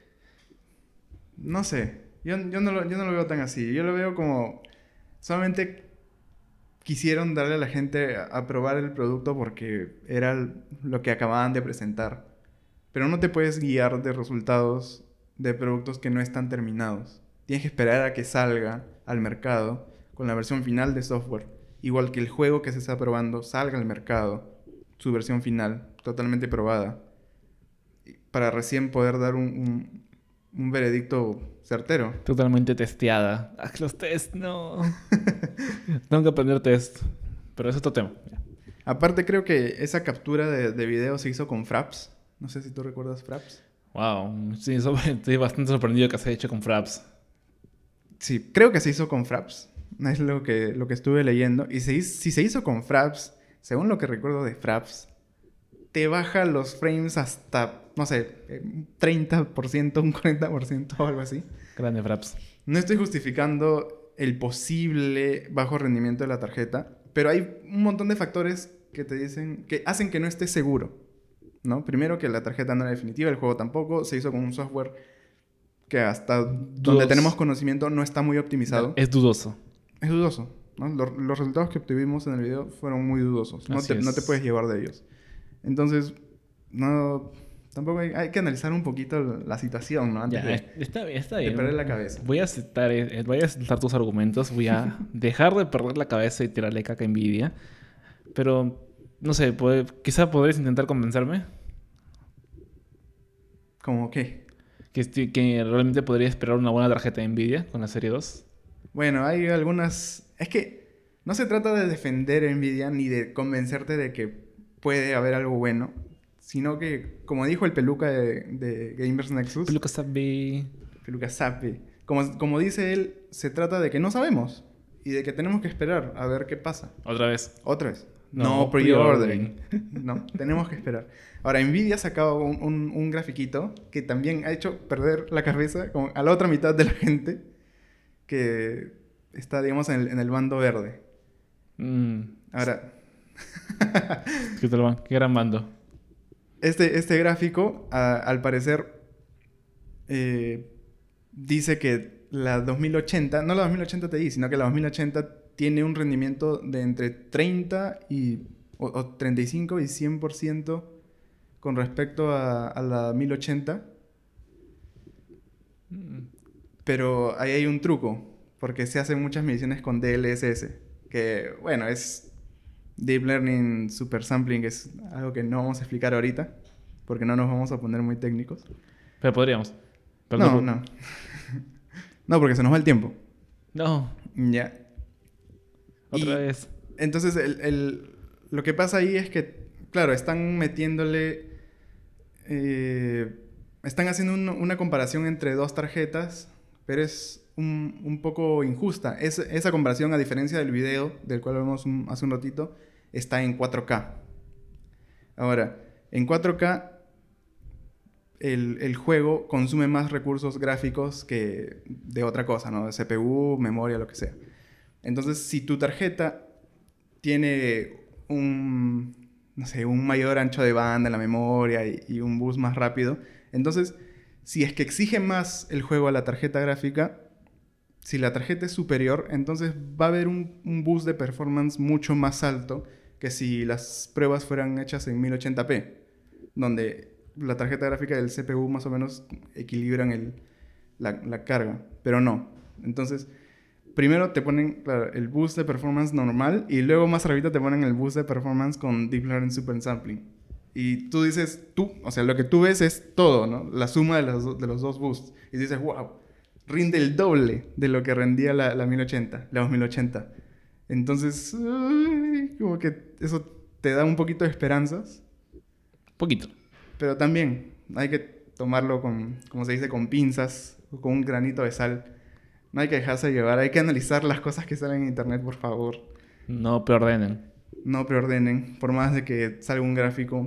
No sé. Yo no lo veo tan así. Yo lo veo como... Solamente quisieron darle a la gente a probar el producto porque era lo que acababan de presentar. Pero no te puedes guiar de resultados de productos que no están terminados. Tienes que esperar a que salga al mercado con la versión final de software. Igual que el juego que se está probando salga al mercado, su versión final, totalmente probada. Para recién poder dar un veredicto certero. Totalmente testeada. Ah, los test, no. Tengo que aprender test. Pero es otro tema. Aparte creo que esa captura de video se hizo con Fraps. No sé si tú recuerdas Fraps. Wow. Sí, estoy bastante sorprendido que se haya hecho con Fraps. Sí, creo que se hizo con Fraps. Es lo que estuve leyendo. Y si se hizo con Fraps, según lo que recuerdo de Fraps, te baja los frames hasta, no sé, un 30%, un 40% o algo así. Grande Fraps. No estoy justificando el posible bajo rendimiento de la tarjeta, pero hay un montón de factores que te dicen, que hacen que no estés seguro, ¿no? Primero, que la tarjeta no era definitiva, el juego tampoco, se hizo con un software que hasta donde tenemos conocimiento no está muy optimizado. Es dudoso. Es dudoso, ¿no? Los resultados que obtuvimos en el video fueron muy dudosos. No te puedes llevar de ellos. Entonces, tampoco hay que analizar un poquito la situación, ¿no? Antes Está bien. de perder la cabeza. Voy a aceptar tus argumentos. Voy a dejar de perder la cabeza y tirarle caca a Nvidia. Pero, no sé, quizá podrías intentar convencerme. ¿Cómo qué? Que realmente podría esperar una buena tarjeta de Nvidia con la serie 2. Bueno, hay algunas... Es que no se trata de defender Nvidia ni de convencerte de que puede haber algo bueno, sino que, como dijo el peluca de Gamers Nexus... Peluca Sapi. Peluca Sapi. Como dice él, se trata de que no sabemos y de que tenemos que esperar a ver qué pasa. ¿Otra vez? No pre-ordering. No, tenemos que esperar. Ahora, Nvidia ha sacado un grafiquito que también ha hecho perder la cabeza como a la otra mitad de la gente que está, digamos, en el bando verde. Ahora... Qué gran bando. Este gráfico, al parecer, dice que la 2080, no la 2080 Ti, sino que la 2080 tiene un rendimiento de entre 30 o 35 y 100% con respecto a la 1080. Pero ahí hay un truco, porque se hacen muchas mediciones con DLSS, que, bueno, es Deep Learning Super Sampling, es algo que no vamos a explicar ahorita, porque no nos vamos a poner muy técnicos. Pero podríamos. No. No, porque se nos va el tiempo. No. Ya. Otra vez. Entonces, lo que pasa ahí es que, claro, están metiéndole... están haciendo una comparación entre dos tarjetas, pero es un poco injusta. Esa comparación, a diferencia del video, del cual hablamos hace un ratito, está en 4K. Ahora, en 4K, el juego consume más recursos gráficos que de otra cosa, ¿no? De CPU, memoria, lo que sea. Entonces, si tu tarjeta tiene no sé, un mayor ancho de banda en la memoria y un bus más rápido, entonces, si es que exige más el juego a la tarjeta gráfica, si la tarjeta es superior, entonces va a haber un boost de performance mucho más alto que si las pruebas fueran hechas en 1080p, donde la tarjeta gráfica y el CPU más o menos equilibran la carga, pero no. Entonces, primero te ponen, claro, el boost de performance normal y luego más arribita te ponen el boost de performance con Deep Learning Super Sampling. Y tú dices, o sea, lo que tú ves es todo, ¿no? La suma de los dos boosts. Y dices, wow, rinde el doble de lo que rendía la 1080, la 2080. Entonces, como que eso te da un poquito de esperanzas. Poquito. Pero también hay que tomarlo con, como se dice, con pinzas o con un granito de sal. No hay que dejarse llevar, hay que analizar las cosas que salen en internet, por favor. No preordenen. No preordenen, por más de que salga un gráfico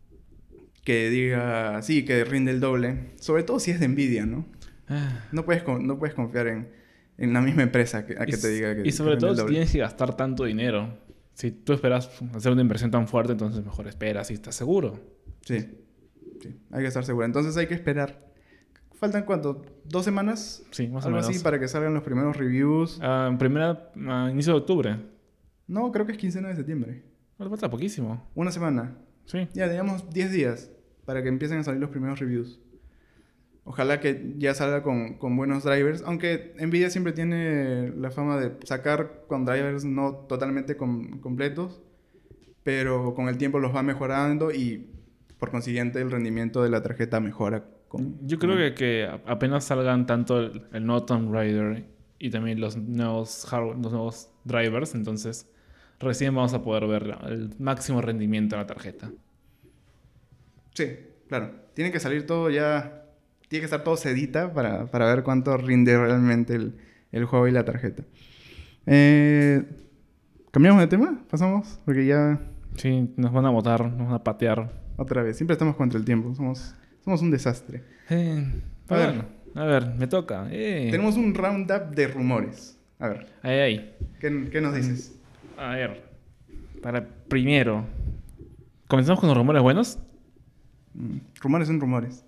que diga, sí, que rinde el doble. Sobre todo si es de Nvidia, ¿no? No puedes confiar en la misma empresa que te diga que y sobre rinde todo el si doble. tienes que gastar tanto dinero. Si tú esperas hacer una inversión tan fuerte, entonces mejor esperas y estás seguro. Sí, hay que estar seguro. Entonces hay que esperar. ¿Faltan cuánto? ¿2 semanas? Sí, más o Algo menos. así para que salgan los primeros reviews. Inicio de octubre. No, creo que es quincena de septiembre. No, falta poquísimo. Una semana. Sí. Ya, digamos 10 días para que empiecen a salir los primeros reviews. Ojalá que ya salga con buenos drivers. Aunque Nvidia siempre tiene la fama de sacar con drivers no totalmente completos. Pero con el tiempo los va mejorando y por consiguiente el rendimiento de la tarjeta mejora. Yo creo que apenas salgan tanto el nuevo Tomb Raider y también los nuevos drivers, entonces recién vamos a poder ver el máximo rendimiento de la tarjeta. Sí, claro. Tiene que salir todo ya... Tiene que estar todo sedita para ver cuánto rinde realmente el juego y la tarjeta. ¿Cambiamos de tema? ¿Pasamos? Porque ya... Sí, nos van a botar, nos van a patear. Otra vez. Siempre estamos contra el tiempo. Somos un desastre. A ver, me toca. Tenemos un roundup de rumores. A ver. Ahí. ¿Qué nos dices? A ver. Primero. ¿Comenzamos con los rumores buenos? Rumores son rumores.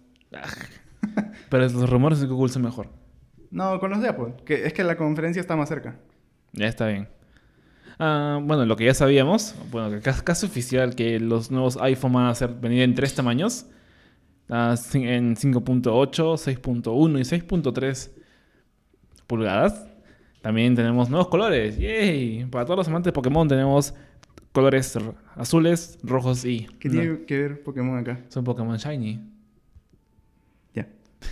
Pero los rumores de Google son mejor. No, con los de Apple. Es que la conferencia está más cerca. Ya está bien. Bueno, lo que ya sabíamos, bueno, que casi oficial que los nuevos iPhone van a venir en 3 tamaños. En 5.8, 6.1 y 6.3 pulgadas. También tenemos nuevos colores. ¡Yay! Para todos los amantes de Pokémon tenemos colores azules, rojos y... ¿Qué tiene que ver Pokémon acá? Son Pokémon Shiny. Ya.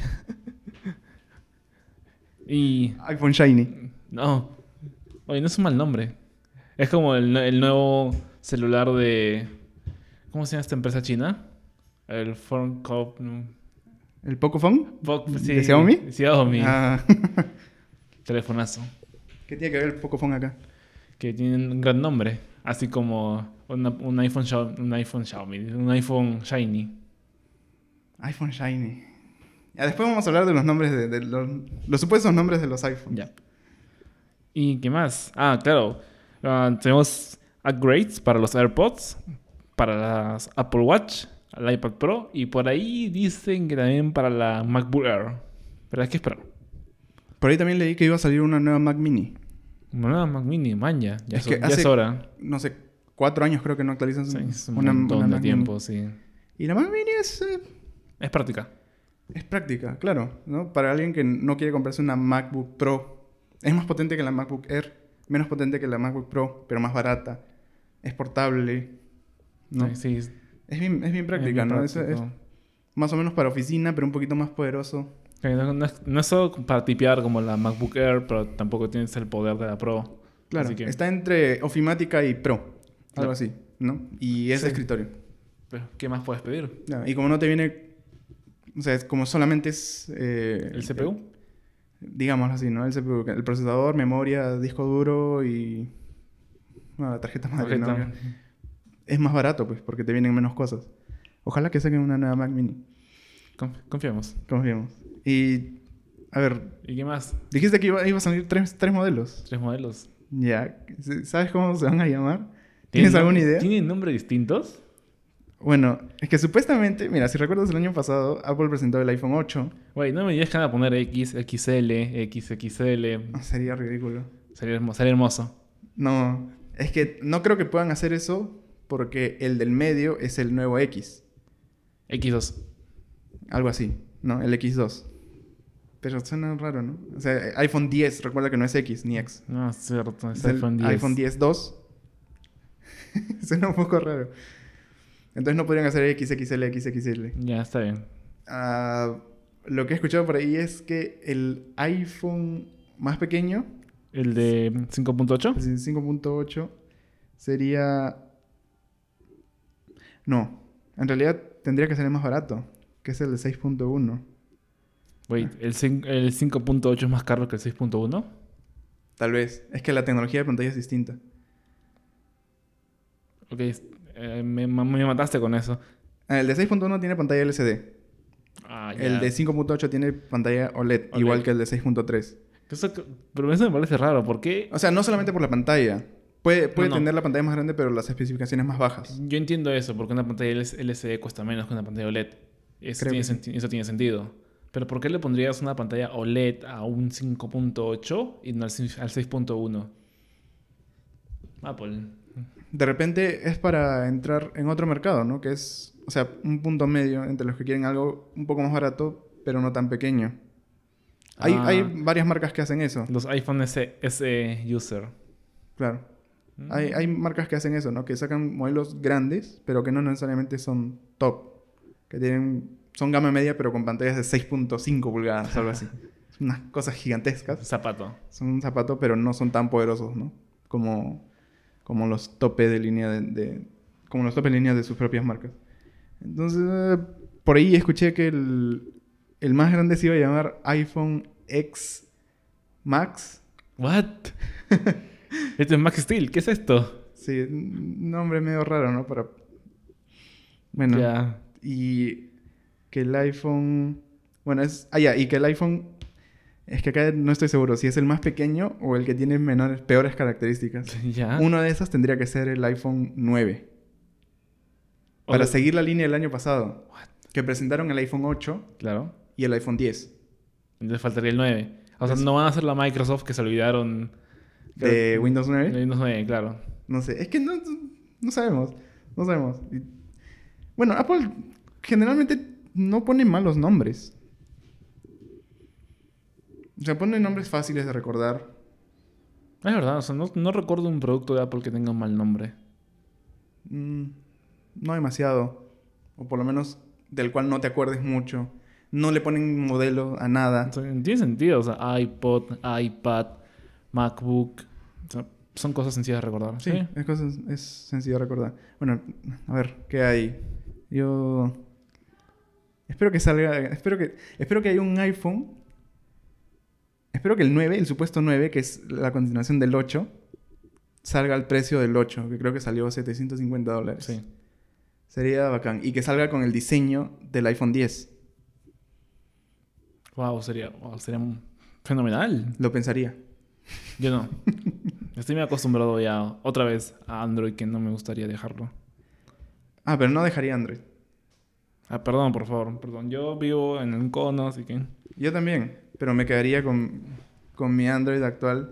Y... iPhone Shiny. No. Oye, no es un mal nombre. Es como el nuevo celular de... ¿Cómo se llama esta empresa china? El Phone Cop... ¿El Pocophone? Sí, ¿De Xiaomi? Xiaomi. Ah. Telefonazo. ¿Qué tiene que ver el Pocophone acá? Que tienen un gran nombre. Así como un iPhone Xiaomi. Un iPhone Shiny. iPhone Shiny. Ya, después vamos a hablar de los nombres de los supuestos nombres de los iPhones. Ya. ¿Y qué más? Claro. Tenemos upgrades para los AirPods, para las Apple Watch, el iPad Pro y por ahí dicen que también para la MacBook Air. Pero hay que esperar. Por ahí también leí que iba a salir una nueva Mac Mini. Una nueva Mac Mini, ya hace, es hora. No sé, 4 años creo que no actualizan Es un montón de tiempo, Mini. sí. Y la Mac Mini es práctica. Es práctica, claro, ¿no? Para alguien que no quiere comprarse una MacBook Pro. Es más potente que la MacBook Air, menos potente que la MacBook Pro, pero más barata. Es portable, ¿no? Sí. Es bien práctica, ¿no? Es más o menos para oficina, pero un poquito más poderoso. No es solo para tipear como la MacBook Air, pero tampoco tienes el poder de la Pro. Claro, está entre ofimática y Pro, algo así, ¿no? Y es de escritorio. Pero, ¿qué más puedes pedir? Y como no te viene... O sea, como solamente es... ¿El CPU? Digámoslo así, ¿no? El CPU, el procesador, memoria, disco duro y... Bueno, la tarjeta madre, ¿no? Es más barato, pues, porque te vienen menos cosas. Ojalá que saquen una nueva Mac Mini. Confiamos. Confiemos. Y, a ver, ¿Y qué más? dijiste que iba a salir tres modelos. 3 modelos. Ya. ¿Sabes cómo se van a llamar? ¿Tienes alguna idea? ¿Tienen nombres distintos? Bueno, es que supuestamente, mira, si recuerdas el año pasado, Apple presentó el iPhone 8. Güey, no me digas que van a poner X, XL, XXL. Sería ridículo. Sería hermoso. No, es que no creo que puedan hacer eso porque el del medio es el nuevo X. X2. Algo así, ¿no? El X2. Pero suena raro, ¿no? O sea, iPhone 10, recuerda que no es X ni X. No, es cierto. Es Es iPhone el 10. iPhone 10 2. Suena un poco raro. Entonces no podrían hacer XXL, XXL. Ya, está bien. Lo que he escuchado por ahí es que el iPhone más pequeño, ¿El de 5.8? el 5.8, sería... No, en realidad tendría que ser más barato, que es el de 6.1. Güey, ¿el 5.8 es más caro que el 6.1? Tal vez. Es que la tecnología de pantalla es distinta. Ok, me mataste con eso. El de 6.1 tiene pantalla LCD. Ah, ya. El de 5.8 tiene pantalla OLED, OLED. igual que el de 6.3. Pero eso me parece raro. ¿Por qué? O sea, no solamente por la pantalla. Puede No. tener la pantalla más grande, pero las especificaciones más bajas. Yo entiendo eso, porque una pantalla LCD cuesta menos que una pantalla OLED. Eso Creo tiene, que sí. eso tiene sentido. Pero ¿por qué le pondrías una pantalla OLED a un 5.8 y no al 6.1? Apple. De repente es para entrar en otro mercado, ¿no? Que es, o sea, un punto medio entre los que quieren algo un poco más barato, pero no tan pequeño. Hay varias marcas que hacen eso, Los iPhone SE User. claro. Hay marcas que hacen eso, ¿no? Que sacan modelos grandes, pero que no necesariamente son top. Que son gama media, pero con pantallas de 6.5 pulgadas o algo así. Son unas cosas gigantescas. Zapato. Son un zapato, pero no son tan poderosos, ¿no? Como los tope de línea como los tope de línea de sus propias marcas. Entonces, por ahí escuché que el más grande se iba a llamar iPhone X Max. ¿What? Este es Max Steel. ¿Qué es esto? Sí, un nombre medio raro, ¿no? Bueno, Ya. y que el iPhone... Bueno, y que el iPhone... Es que acá no estoy seguro si es el más pequeño o el que tiene peores características. Ya. Uno de esos tendría que ser el iPhone 9. Para seguir la línea del año pasado. Que presentaron el iPhone 8 Claro. y el iPhone 10. Entonces faltaría el 9. O sea, no van a hacer la Microsoft que se olvidaron ¿De Windows 9? de Windows 9, claro. No sé. Es que no sabemos. No sabemos. Bueno, Apple generalmente no pone malos nombres. O sea, pone nombres fáciles de recordar. Es verdad, o sea, no recuerdo un producto de Apple que tenga un mal nombre. No demasiado. O por lo menos del cual no te acuerdes mucho. No le ponen modelo a nada. O sea, tiene sentido, o sea, iPod, iPad, MacBook. O sea, son cosas sencillas de recordar. Sí, es sencillo de recordar. Bueno, a ver, ¿qué hay? Yo espero que salga... Espero que haya un iPhone. Espero que el 9, el supuesto 9, que es la continuación del 8, salga al precio del 8, que creo que salió $750. Sí. Sería bacán. Y que salga con el diseño del iPhone 10. Wow, sería fenomenal. Lo pensaría. Yo no. Estoy muy acostumbrado ya otra vez a Android, que no me gustaría dejarlo. Pero no dejaría Android. Perdón, por favor, perdón. Yo vivo en un cono, así que... Yo también, pero me quedaría con mi Android actual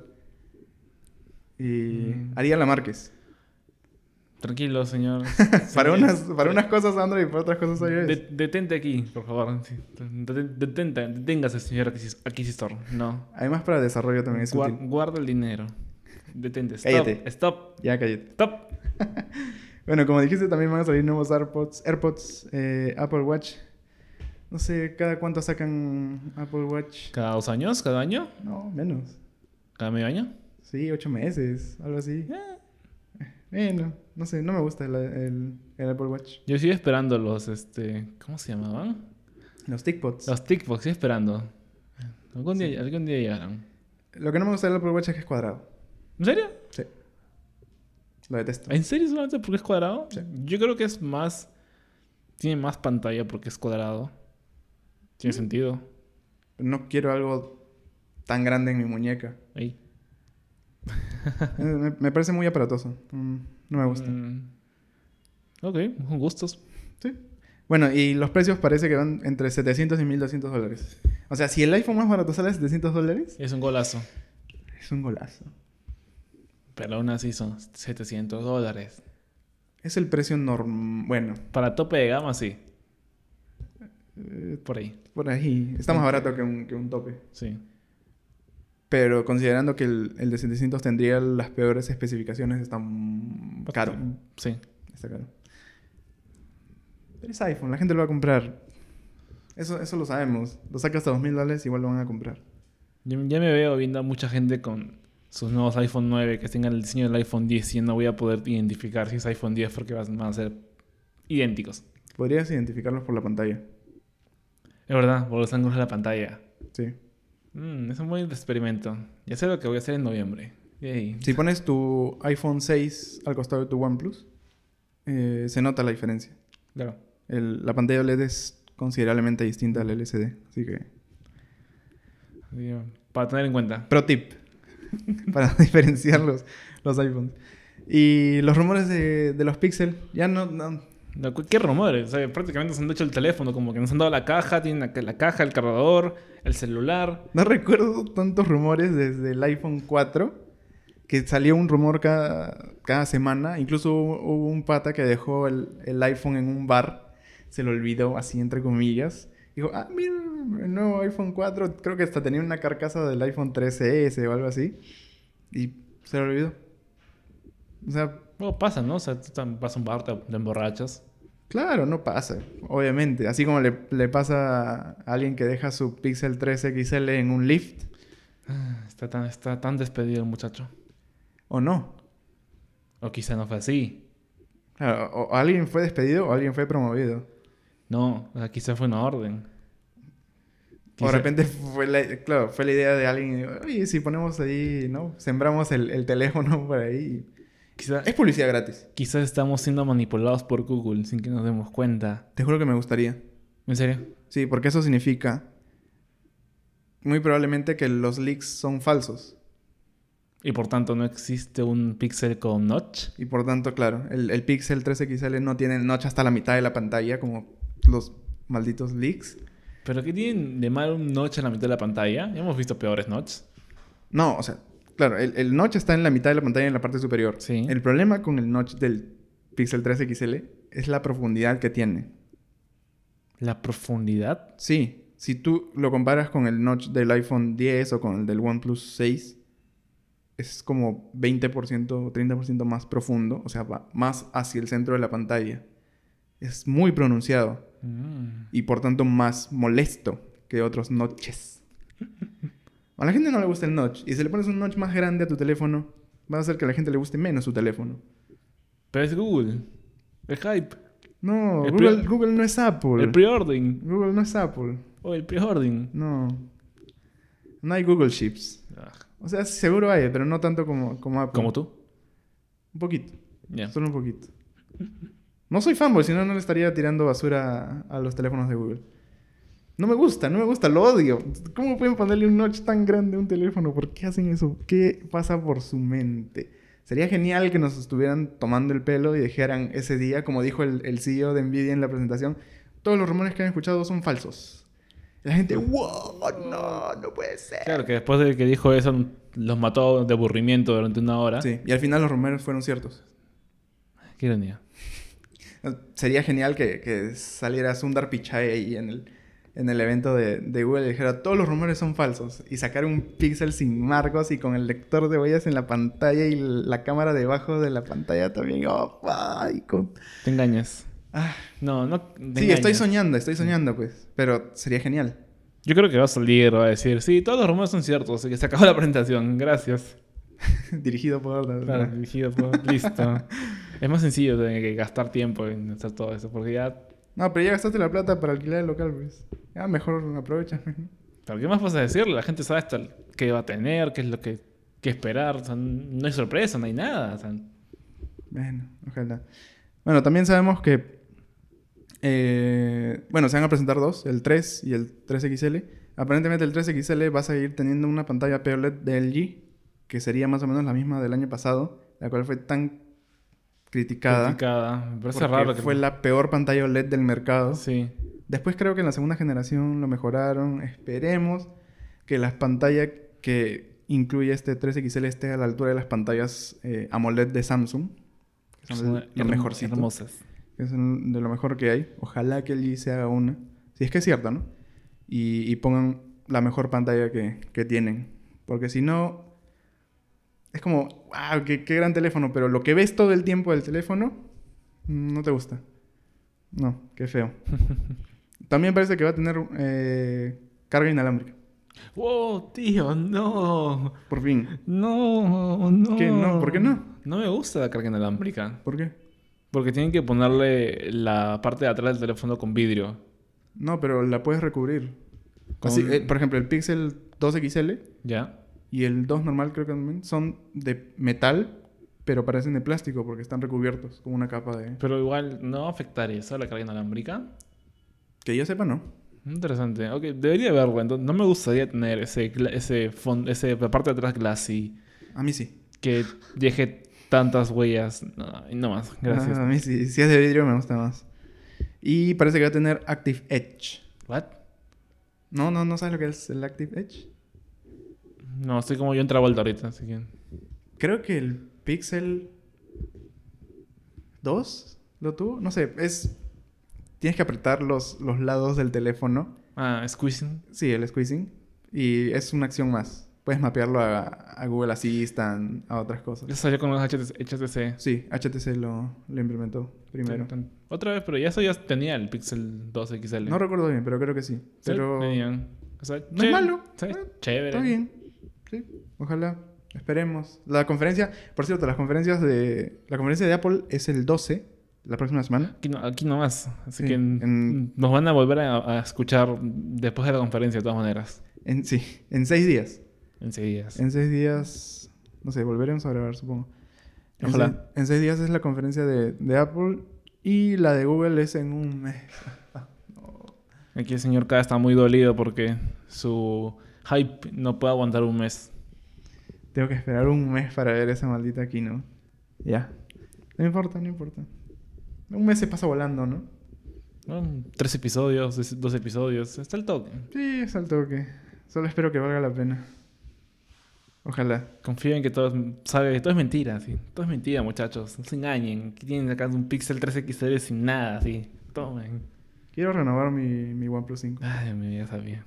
y haría la Márquez. Tranquilo, señor. Para unas cosas Android y para otras cosas iOS. Detente aquí, por favor. Sí. Deténgase, señor adquisitor. No. Además, para desarrollo también es útil. Guarda el dinero. Detente. Stop. Cállate. Stop. Ya, cállate. Stop. Bueno, como dijiste, también van a salir nuevos AirPods, Apple Watch. No sé, ¿cada cuánto sacan Apple Watch? ¿Cada 2 años? ¿Cada año? No, menos. ¿Cada medio año? Sí, 8 meses, algo así. No sé, no me gusta el Apple Watch. Yo sigo esperando los, ¿cómo se llamaban? Los TicPods. Los TicPods, sigo esperando. Algún día llegarán. Lo que no me gusta del Apple Watch es que es cuadrado. ¿En serio? Sí. Lo detesto. ¿En serio solamente porque es cuadrado? Sí. Yo creo que es más... Tiene más pantalla porque es cuadrado. Tiene sentido. No quiero algo tan grande en mi muñeca. Ahí. Me parece muy aparatoso. No me gusta. Ok, con gustos. Sí. Bueno, y los precios parece que van entre $700 y $1,200. O sea, si el iPhone más barato sale a $700, Es un golazo. es un golazo. Pero aún así son $700. Es el precio normal. Bueno, Para tope de gama, sí. Por ahí. por ahí. Está más barato que un tope. Sí. Pero considerando que el de 700 tendría las peores especificaciones, está caro. Sí. Está caro. Pero es iPhone, la gente lo va a comprar. Eso lo sabemos. Lo saca hasta $2,000, igual lo van a comprar. Ya me veo viendo a mucha gente con sus nuevos iPhone 9 que tengan el diseño del iPhone 10 y no voy a poder identificar si es iPhone 10 porque van a ser idénticos. Podrías identificarlos por la pantalla. Es verdad, por los ángulos de la pantalla. Sí. Es un buen experimento. Ya sé lo que voy a hacer en noviembre. Yay. Si pones tu iPhone 6 al costado de tu OnePlus, se nota la diferencia. Claro. La pantalla OLED es considerablemente distinta al LCD. Así que... Para tener en cuenta. Pro tip. Para diferenciar los iPhones. Y los rumores de los Pixel. Ya no... ¿Qué rumores? O sea, prácticamente se han hecho el teléfono. Como que nos han dado la caja. Tienen la caja, el cargador, el celular. No recuerdo tantos rumores desde el iPhone 4. Que salió un rumor cada semana. Incluso hubo un pata que dejó el iPhone en un bar. Se lo olvidó, así entre comillas. Dijo, mira, el nuevo iPhone 4. Creo que hasta tenía una carcasa del iPhone 3S o algo así. Y se lo olvidó. O sea... Bueno, pasa, ¿no? O sea, tú vas a un bar, te emborrachas. Claro, no pasa. Obviamente. Así como le pasa a alguien que deja su Pixel 3 XL en un Lift. Está tan despedido el muchacho. ¿O no? O quizá no fue así. Claro, o alguien fue despedido o alguien fue promovido. No, o sea, quizá fue una orden. O de repente fue la idea de alguien. Oye, si ponemos ahí, ¿no? Sembramos el teléfono por ahí. Es publicidad gratis. Quizás estamos siendo manipulados por Google sin que nos demos cuenta. Te juro que me gustaría. ¿En serio? Sí, porque eso significa muy probablemente que los leaks son falsos. Y por tanto no existe un Pixel con notch. Y por tanto, claro, el Pixel 3 XL no tiene el notch hasta la mitad de la pantalla como los malditos leaks. ¿Pero qué tienen de mal un notch en la mitad de la pantalla? Ya hemos visto peores notches. No, o sea, claro, el notch está en la mitad de la pantalla en la parte superior. Sí. El problema con el notch del Pixel 3 XL es la profundidad que tiene. ¿La profundidad? Sí, si tú lo comparas con el notch del iPhone 10 o con el del OnePlus 6, es como 20% o 30% más profundo, o sea, va más hacia el centro de la pantalla. Es muy pronunciado y por tanto más molesto que otros notches. A la gente no le gusta el notch y si le pones un notch más grande a tu teléfono, va a hacer que a la gente le guste menos su teléfono. Pero es Google. El hype. No, El Google no es Apple. El preordering. Google no es Apple. O el preordering. No. No hay Google Chips. O sea, seguro hay, pero no tanto como Apple. ¿Como tú? Un poquito. Yeah. Solo un poquito. No soy fanboy, si no, no le estaría tirando basura a los teléfonos de Google. No me gusta, lo odio. ¿Cómo pueden ponerle un notch tan grande a un teléfono? ¿Por qué hacen eso? ¿Qué pasa por su mente? Sería genial que nos estuvieran tomando el pelo y dijeran ese día, como dijo el CEO de Nvidia en la presentación, todos los rumores que han escuchado son falsos. Y la gente, wow, no puede ser. Claro, que después de que dijo eso, los mató de aburrimiento durante una hora. Sí, y al final los rumores fueron ciertos. Qué ironía. Sería genial que saliera Sundar Pichai ahí en el evento de Google y dijera todos los rumores son falsos y sacar un Pixel sin marcos y con el lector de huellas en la pantalla y la cámara debajo de la pantalla también. Te engañas. No. Sí, estoy soñando pues, pero sería genial. Yo creo que va a salir, va a decir, sí, todos los rumores son ciertos, así que se acabó la presentación, gracias. Dirigido por... Claro, dirigido por... Listo. Es más sencillo de que gastar tiempo en hacer todo eso, porque ya... No, pero ya gastaste la plata para alquilar el local, pues. Ya mejor aprovecha. ¿Pero qué más vas a decirle? La gente sabe hasta qué va a tener, qué es lo que esperar. O sea, no hay sorpresa, no hay nada. O sea... Bueno, ojalá. Bueno, también sabemos que Bueno, se van a presentar dos, el 3 y el 3XL. Aparentemente el 3XL va a seguir teniendo una pantalla POLED de LG, que sería más o menos la misma del año pasado, la cual fue tan criticada. Me parece porque raro que... fue la peor pantalla OLED del mercado. Sí. Después creo que en la segunda generación lo mejoraron. Esperemos que las pantallas que incluye este 3XL esté a la altura de las pantallas AMOLED de Samsung. Que son lo mejorcito. Hermosas. Que es de lo mejor que hay. Ojalá que LG se haga una. Si es que es cierto, ¿no? Y pongan la mejor pantalla que tienen. Porque si no... Es como... ¡Wow! Qué gran teléfono! Pero lo que ves todo el tiempo del teléfono... No te gusta. No, qué feo. También parece que va a tener carga inalámbrica. ¡Wow, tío! ¡No! Por fin. ¡No! ¡No! ¿Qué? No, ¿por qué no? No me gusta la carga inalámbrica. ¿Por qué? Porque tienen que ponerle la parte de atrás del teléfono con vidrio. No, pero la puedes recubrir. Con- Así, por ejemplo, el Pixel 2XL ¿Ya? y el 2 normal creo que también son de metal, pero parecen de plástico porque están recubiertos con una capa de... Pero igual, ¿no va a afectar eso, la carga inalámbrica? Que yo sepa, no. Interesante. Ok, debería haberlo. Entonces, no me gustaría tener ese parte de atrás glassy A mí sí. que deje tantas huellas. No más. Gracias. A mí sí. Si es de vidrio me gusta más. Y parece que va a tener Active Edge. ¿What? No sabes lo que es el Active Edge. No, estoy como yo en Travolta ahorita, así que... Creo que el Pixel 2 lo tuvo. No sé, es... Tienes que apretar los lados del teléfono. Squeezing. Sí, el squeezing. Y es una acción más. Puedes mapearlo a Google Assistant, a otras cosas. Eso salió con los HTC. Sí, HTC lo implementó primero. Otra vez, pero eso ya tenía el Pixel 2 XL. No recuerdo bien, pero creo que sí. Sí, Pero venían. O sea, no es malo. Sí, chévere. Está bien. Sí, ojalá. Esperemos. La conferencia... Por cierto, la conferencia de Apple es el 12, la próxima semana. Aquí nomás. Así Sí, que nos van a volver a escuchar después de la conferencia, de todas maneras. Sí, en 6 días. En 6 días. En 6 días... No sé, volveremos a grabar, supongo. Ojalá. En 6 días es la conferencia de Apple y la de Google es en un mes. Aquí el señor K está muy dolido porque su hype no puede aguantar un mes. Tengo que esperar un mes para ver esa maldita keynote. Ya. No importa. Un mes se pasa volando, ¿no? ¿No? 3 episodios, 2 episodios. Está el toque. Sí, es al toque. Solo espero que valga la pena. Ojalá. Confío en que todo es mentira, sí. Todo es mentira, muchachos. No se engañen. Aquí tienen acá un Pixel 3 XL sin nada, sí. Tomen. Quiero renovar mi OnePlus 5. Ay, Dios mío, ya sabía.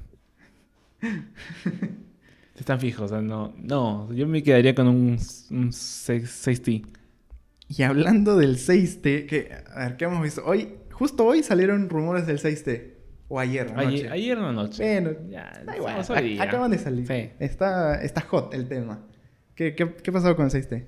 Están fijos, o sea, no. Yo me quedaría con un 6T. Y hablando del 6T, a ver, ¿qué hemos visto? Justo hoy salieron rumores del 6T. O ayer, anoche. Ayer en la noche. Bueno, Ya, da igual. estamos hoy día. Acaban de salir. Sí. Está hot el tema. ¿Qué pasó con el 6T?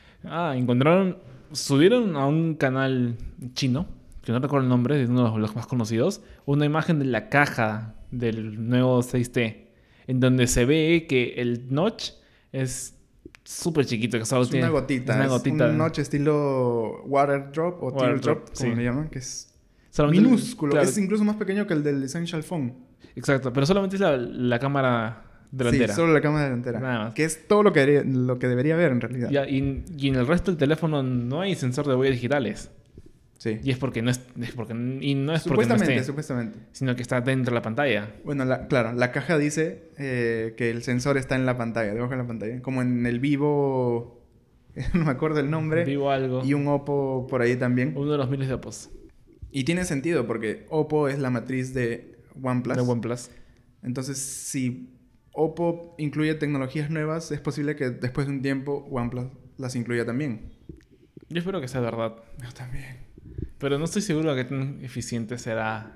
Subieron a un canal chino, que no recuerdo el nombre, es uno de los más conocidos, una imagen de la caja del nuevo 6T, en donde se ve que el notch es súper chiquito, que solo Es tiene... una gotita. Es una gotita. Un notch estilo water drop o Water teardrop, drop, como sí. le llaman, que es Solamente- minúsculo. claro, Es incluso más pequeño que el del Essential Phone. exacto, pero solamente es la cámara delantera. Sí, solo la cámara delantera. Nada más. Que es todo lo que debería haber en realidad. Ya, y en el resto del teléfono no hay sensor de huellas digitales. Sí. Y es porque no es porque no esté, Supuestamente. sino que está dentro de la pantalla. Bueno, claro, la caja dice que el sensor está en la pantalla, debajo de la pantalla. Como en el Vivo, no me acuerdo el nombre. Vivo algo. Y un Oppo por ahí también. Uno de los miles de Oppos. Y tiene sentido porque Oppo es la matriz de OnePlus. De OnePlus. Entonces, si Oppo incluye tecnologías nuevas, es posible que después de un tiempo OnePlus las incluya también. Yo espero que sea verdad. Yo también. Pero no estoy seguro de qué tan eficiente será.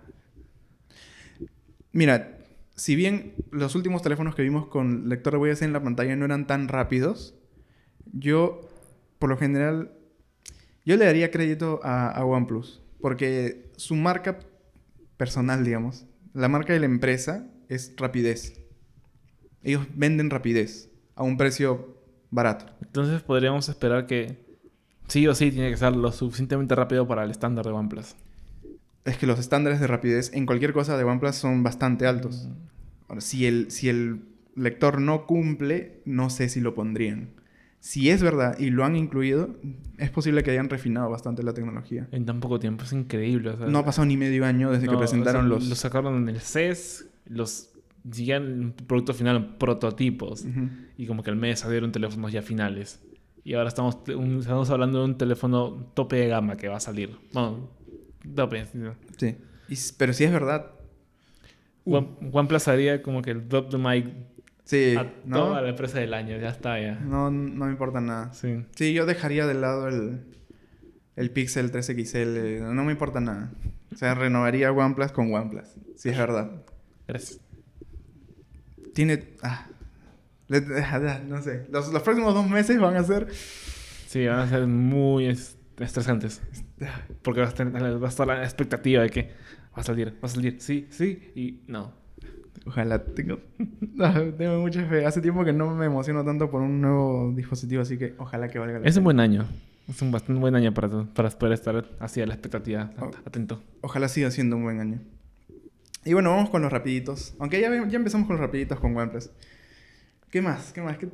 Mira, si bien los últimos teléfonos que vimos con lector de huellas en la pantalla no eran tan rápidos, yo, por lo general, yo le daría crédito a OnePlus. Porque su marca personal, digamos, la marca de la empresa es rapidez. Ellos venden rapidez a un precio barato. Entonces podríamos esperar que sí o sí tiene que ser lo suficientemente rápido para el estándar de OnePlus. Es que los estándares de rapidez en cualquier cosa de OnePlus son bastante altos. Ahora, si el lector no cumple, no sé si lo pondrían. Si es verdad y lo han incluido, es posible que hayan refinado bastante la tecnología. En tan poco tiempo, es increíble. O sea, No ha pasado ni medio año desde que presentaron los sacaron en el CES, siguen el producto final en prototipos. Uh-huh. Y como que al mes salieron teléfonos ya finales. Y ahora estamos hablando de un teléfono tope de gama que va a salir. Bueno, tope. Sí. Pero si es verdad. OnePlus haría como que el drop the mic Sí, a toda la empresa del año. Ya está, ya. No me importa nada. Sí. Sí, yo dejaría de lado el Pixel 3 XL. No me importa nada. O sea, renovaría OnePlus con OnePlus. Si es verdad. Gracias. Tiene... no sé. Los próximos 2 meses van a ser... Sí, van a ser muy estresantes. Porque va a estar la expectativa de que va a salir. Sí, y no. Ojalá. Tengo mucha fe. Hace tiempo que no me emociono tanto por un nuevo dispositivo, así que ojalá que valga la pena. Es un buen año. Es un bastante buen año para poder estar así a la expectativa. Atento. Ojalá siga siendo un buen año. Y bueno, vamos con los rapiditos. Aunque ya empezamos con los rapiditos con OnePlus. ¿Qué más?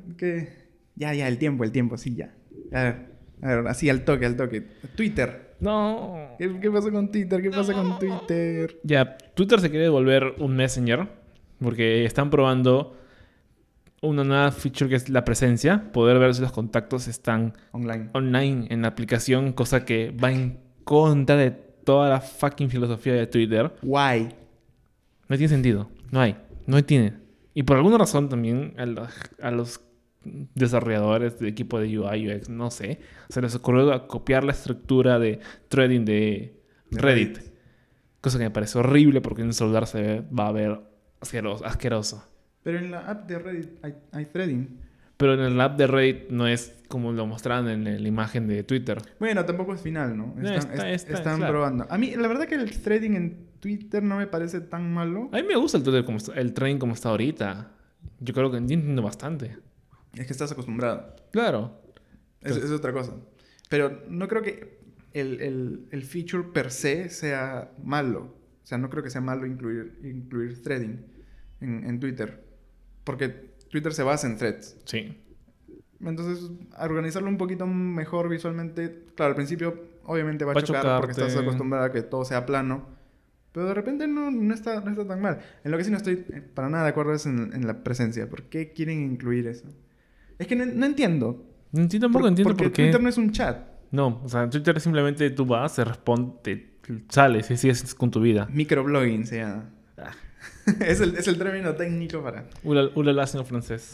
Ya, el tiempo, sí, ya. A ver, así al toque. Twitter. No. ¿Qué pasó con Twitter? ¿Qué pasa con Twitter? Ya, Twitter se quiere volver un Messenger porque están probando una nueva feature que es la presencia. Poder ver si los contactos están online en la aplicación, cosa que va en contra de toda la fucking filosofía de Twitter. Why? No tiene sentido. No tiene. Y por alguna razón también a los desarrolladores del equipo de UI, UX, no sé, se les ocurrió copiar la estructura de threading de Reddit. Cosa que me parece horrible porque en el celular va a ver asqueroso. Pero en la app de Reddit hay threading. Pero en el app de Reddit no es como lo mostraron en la imagen de Twitter. Bueno, tampoco es final, ¿no? Están claro. probando. A mí, la verdad que el threading en Twitter no me parece tan malo. A mí me gusta el threading como está ahorita. Yo creo que entiendo bastante. Es que estás acostumbrado. Claro. Es otra cosa. Pero no creo que el feature per se sea malo. O sea, no creo que sea malo incluir threading en Twitter. Porque Twitter se basa en threads. Sí. Entonces, organizarlo un poquito mejor visualmente... Claro, al principio obviamente va a chocar porque estás acostumbrado a que todo sea plano. Pero de repente no está tan mal. En lo que sí no estoy para nada de acuerdo es en la presencia. ¿Por qué quieren incluir eso? Es que no entiendo. Tampoco entiendo por qué. Twitter no es un chat. No, o sea, en Twitter simplemente tú vas, se responde, sales y sigues con tu vida. Microblogging se llama. Es el término técnico para... Ulala, señor francés.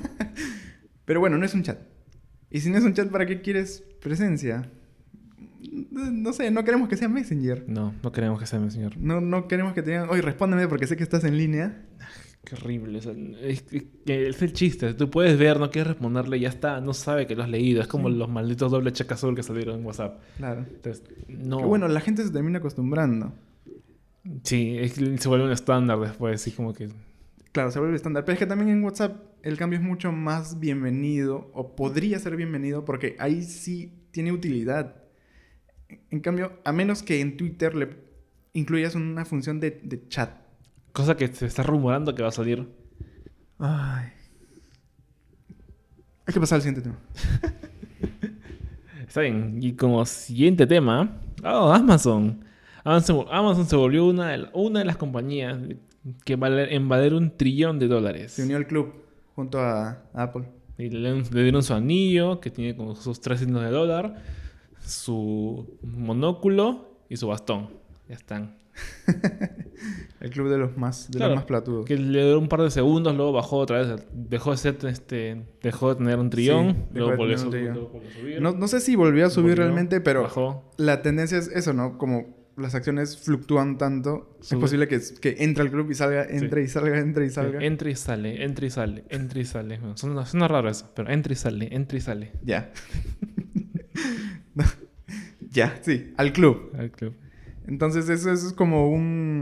Pero bueno, no es un chat. Y si no es un chat, ¿para qué quieres presencia? No sé, no queremos que sea Messenger. No queremos que sea Messenger. No queremos que te digan, oye, respóndeme porque sé que estás en línea. Qué horrible. O sea, es el chiste. Tú puedes ver, no quieres responderle y ya está. No sabe que lo has leído. Es como los malditos doble check azul que salieron en WhatsApp. Claro. Entonces, no. Que bueno, la gente se termina acostumbrando. Sí, se vuelve un estándar después. Así como que... Claro, se vuelve estándar. Pero es que también en WhatsApp el cambio es mucho más bienvenido. O podría ser bienvenido porque ahí sí tiene utilidad. En cambio, a menos que en Twitter le incluyas una función de chat. Cosa que se está rumorando que va a salir. Ay. Hay que pasar al siguiente tema. Está bien. Y como siguiente tema... Amazon. Amazon se volvió una de las compañías que en valer $1 trillón. Se unió al club junto a Apple. Y le dieron su anillo, que tiene como sus $300, su monóculo y su bastón. Ya están. El club de los más platudos. Que le duró un par de segundos, luego bajó otra vez. Dejó de tener un trillón. Sí, luego volvió a subir. No sé si volvió a subir realmente, pero bajó. La tendencia es eso, ¿no? Como las acciones fluctúan tanto, es posible que entre al club y salga, entre y salga. Entra y sale. Bueno, suena raro eso, pero entra y sale. Ya. Ya, sí, al club. Entonces eso es como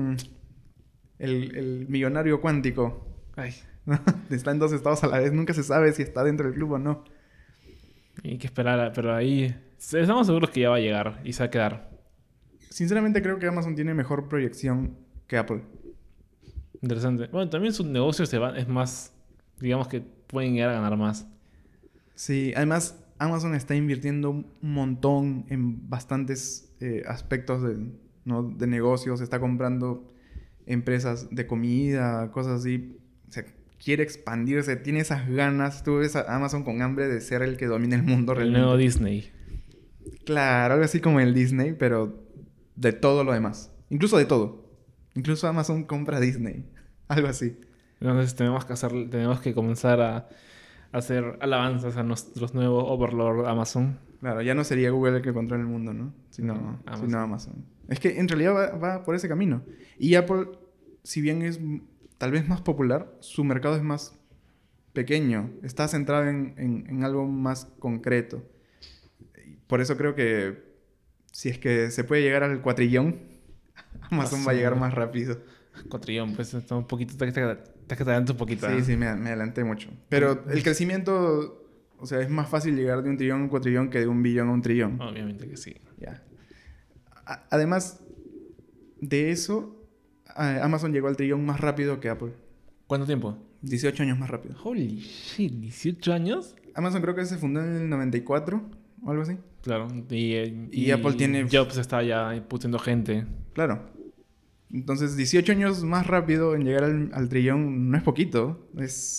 el millonario cuántico. Ay. Está en 2 estados a la vez. Nunca se sabe si está dentro del club o no. Hay que esperar, pero ahí... Estamos seguros que ya va a llegar y se va a quedar. sinceramente creo que Amazon tiene mejor proyección que Apple. Interesante. Bueno, también sus negocios es más, digamos que pueden llegar a ganar más. Sí, además Amazon está invirtiendo un montón en bastantes aspectos ¿no? de negocios. Está comprando empresas de comida, cosas así. O sea, quiere expandirse, tiene esas ganas. Tú ves a Amazon con hambre de ser el que domine el mundo El realmente. nuevo Disney. Claro, algo así como el Disney, pero de todo lo demás. Incluso de todo. Incluso Amazon compra Disney. Algo así. Entonces tenemos que comenzar a hacer alabanzas a nuestros nuevos Overlord Amazon. Claro, ya no sería Google el que controla el mundo, ¿no? Sino Amazon. Es que en realidad va por ese camino. Y Apple, si bien es tal vez más popular, su mercado es más pequeño. Está centrado en algo más concreto. Por eso creo que si es que se puede llegar al cuatrillón, Amazon va a llegar más rápido. Cuatrillón, pues está un poquito, te adelantas un poquito. Sí, me adelanté mucho. Pero el crecimiento, o sea, es más fácil llegar de un trillón a un cuatrillón que de un billón a un trillón. Obviamente que sí. Ya. Además de eso, Amazon llegó al trillón más rápido que Apple. ¿Cuánto tiempo? 18 años más rápido. Holy shit, ¿18 años? Amazon creo que se fundó en el 94 o algo así. Claro. Y Apple tiene... Jobs está ya pusiendo gente. Claro. Entonces, 18 años más rápido en llegar al trillón no es poquito.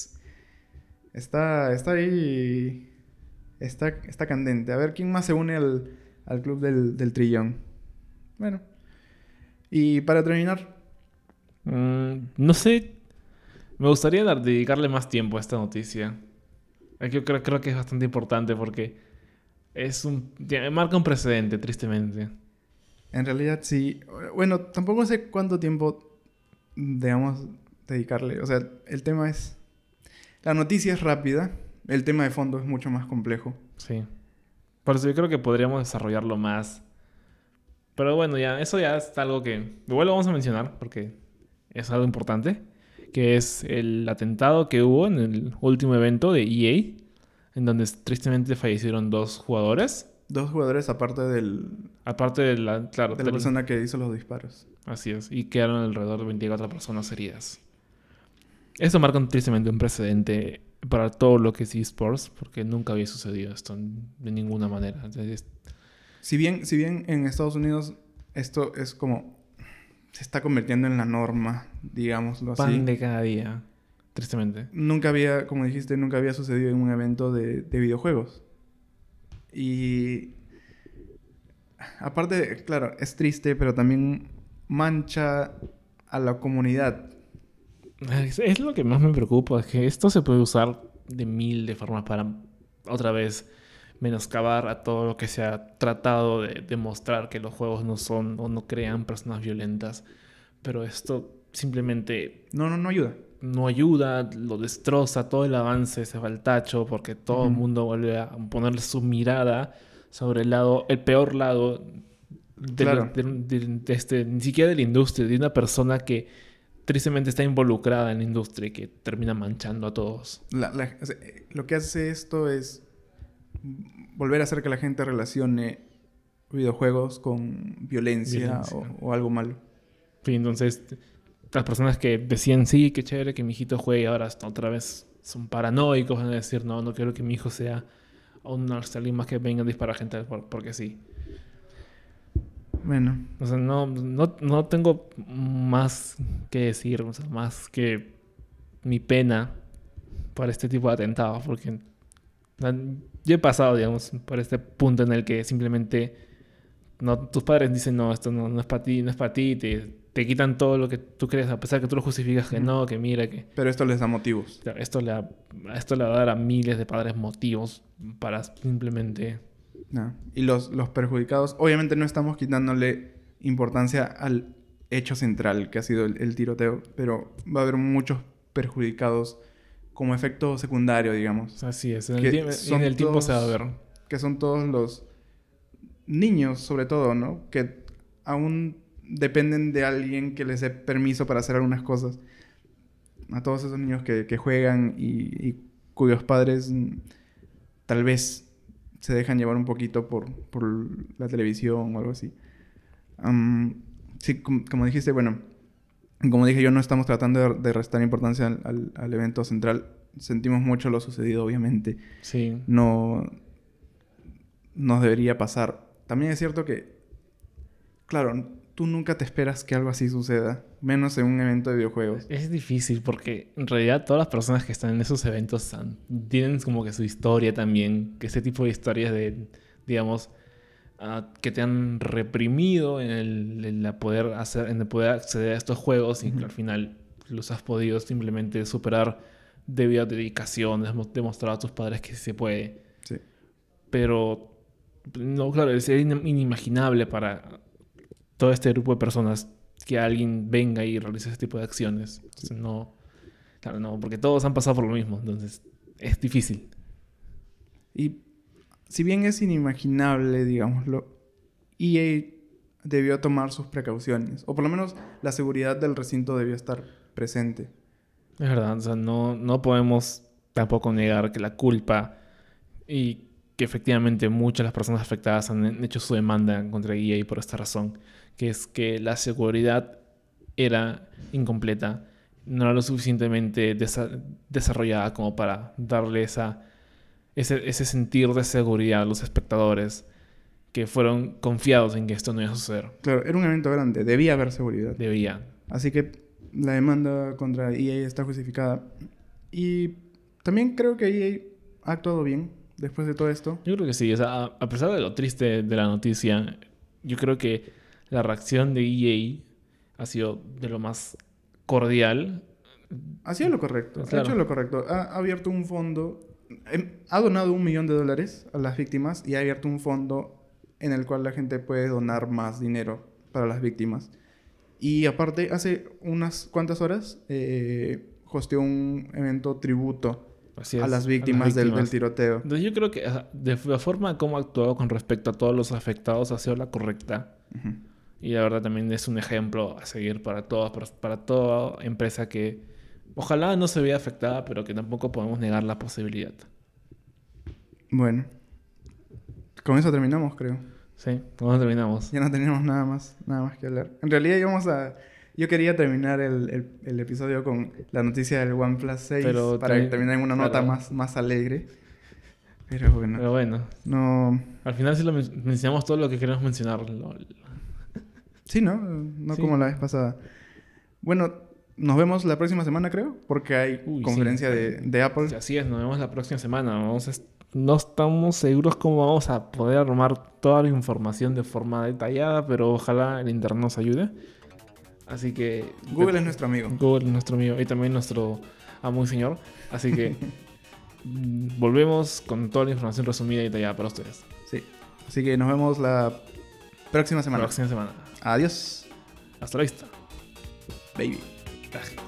Está ahí... Está candente. A ver, ¿quién más se une al club del trillón? Bueno. Y para terminar... no sé. Me gustaría dedicarle más tiempo a esta noticia. Yo creo que es bastante importante porque marca un precedente, tristemente. En realidad sí. Bueno, tampoco sé cuánto tiempo debemos dedicarle. O sea, el tema es... La noticia es rápida. El tema de fondo es mucho más complejo. Sí. Por eso yo creo que podríamos desarrollarlo más. Pero bueno, eso ya es algo que igual lo vamos a mencionar porque es algo importante. Que es el atentado que hubo en el último evento de EA. En donde tristemente fallecieron 2 jugadores. 2 jugadores aparte Aparte de la persona que hizo los disparos. Así es. Y quedaron alrededor de 24 personas heridas. Esto marca tristemente un precedente para todo lo que es eSports. Porque nunca había sucedido esto de ninguna manera. Entonces, si bien en Estados Unidos esto es como... Se está convirtiendo en la norma, digámoslo así. Pan de cada día. Tristemente. Nunca había, como dijiste, nunca había sucedido en un evento de videojuegos. Y aparte, claro, es triste, pero también mancha a la comunidad. Es lo que más me preocupa, es que esto se puede usar de mil de formas para otra vez menoscabar a todo lo que se ha tratado de demostrar que los juegos no son o no crean personas violentas. Pero esto simplemente No ayuda. no ayuda, lo destroza, todo el avance se va al tacho porque todo el mundo vuelve a ponerle su mirada sobre el peor lado Claro. ni siquiera de la industria, de una persona que tristemente está involucrada en la industria y que termina manchando a todos. O sea, lo que hace esto es volver a hacer que la gente relacione videojuegos con violencia. O algo malo. Sí, entonces, las personas que decían, sí, qué chévere que mi hijito juegue, ahora otra vez son paranoicos, van a decir, no quiero que mi hijo sea alguien más que venga a disparar gente porque sí. Bueno. O sea, no tengo más que decir, o sea, más que mi pena por este tipo de atentados, porque yo he pasado, digamos, por este punto en el que simplemente tus padres dicen, no, esto no es para ti, no es para ti, te quitan todo lo que tú crees, a pesar que tú lo justificas que no, que mira, que... Pero esto les da motivos. Esto le va a dar a miles de padres motivos para simplemente... No. Y los perjudicados, obviamente no estamos quitándole importancia al hecho central que ha sido el tiroteo, pero va a haber muchos perjudicados como efecto secundario, digamos. Así es, en el tiempo se va a ver. Que son todos los niños, sobre todo, ¿no? Que aún dependen de alguien que les dé permiso para hacer algunas cosas. A todos esos niños que juegan y cuyos padres tal vez se dejan llevar un poquito por la televisión o algo así. Sí, como dijiste, bueno, como dije yo, no estamos tratando de restar importancia al evento central. Sentimos mucho lo sucedido, obviamente. Sí. No nos debería pasar. También es cierto que, claro, tú nunca te esperas que algo así suceda, menos en un evento de videojuegos. Es difícil porque en realidad todas las personas que están en esos eventos tienen como que su historia también, que ese tipo de historias de, digamos, que te han reprimido en el poder acceder a estos juegos y que al final los has podido simplemente superar debido a dedicación, has demostrado a tus padres que sí se puede. Sí. Pero, no, claro, es inimaginable para todo este grupo de personas que alguien venga y realice ese tipo de acciones. Sí. No, claro, no, porque todos han pasado por lo mismo, entonces es difícil. Y si bien es inimaginable, digámoslo, EA debió tomar sus precauciones, o por lo menos la seguridad del recinto debió estar presente. Es verdad, o sea, no podemos tampoco negar que la culpa y que efectivamente muchas de las personas afectadas han hecho su demanda contra EA por esta razón, que es que la seguridad era incompleta, no era lo suficientemente desarrollada como para darle ese sentir de seguridad a los espectadores que fueron confiados en que esto no iba a suceder. Claro, era un evento grande, debía haber seguridad. Debía. Así que la demanda contra EA está justificada. Y también creo que EA ha actuado bien después de todo esto. Yo creo que sí, o sea, a pesar de lo triste de la noticia, yo creo que la reacción de EA ha sido de lo más cordial. Ha sido lo correcto, Claro. ha hecho lo correcto. Ha abierto un fondo, ha donado $1 millón a las víctimas y ha abierto un fondo en el cual la gente puede donar más dinero para las víctimas. Y aparte, hace unas cuantas horas, hosteó un evento tributo Así a es, las víctimas, del tiroteo. Entonces yo creo que de la forma como ha actuado con respecto a todos los afectados ha sido la correcta. Ujú. Y la verdad también es un ejemplo a seguir para todas, para toda empresa que ojalá no se vea afectada, pero que tampoco podemos negar la posibilidad. Bueno, con eso terminamos, creo. Sí, ¿cómo terminamos? Ya no teníamos nada más que hablar. En realidad yo quería terminar el episodio con la noticia del OnePlus 6 Pero para también, terminar en una nota claro. más alegre. Pero bueno, Pero bueno, no... al final sí mencionamos todo lo que queremos mencionar. Sí, ¿no? No Sí. como la vez pasada. Bueno, nos vemos la próxima semana, creo, porque hay conferencia sí. de Apple. Así es, nos vemos la próxima semana. No estamos seguros cómo vamos a poder armar toda la información de forma detallada, pero ojalá el internet nos ayude. Así que... Google es nuestro amigo. Google es nuestro amigo y también nuestro amo y señor. Así que volvemos con toda la información resumida y detallada para ustedes. Sí. Así que nos vemos la próxima La semana. próxima semana. Adiós, Hasta la vista. baby. Aj.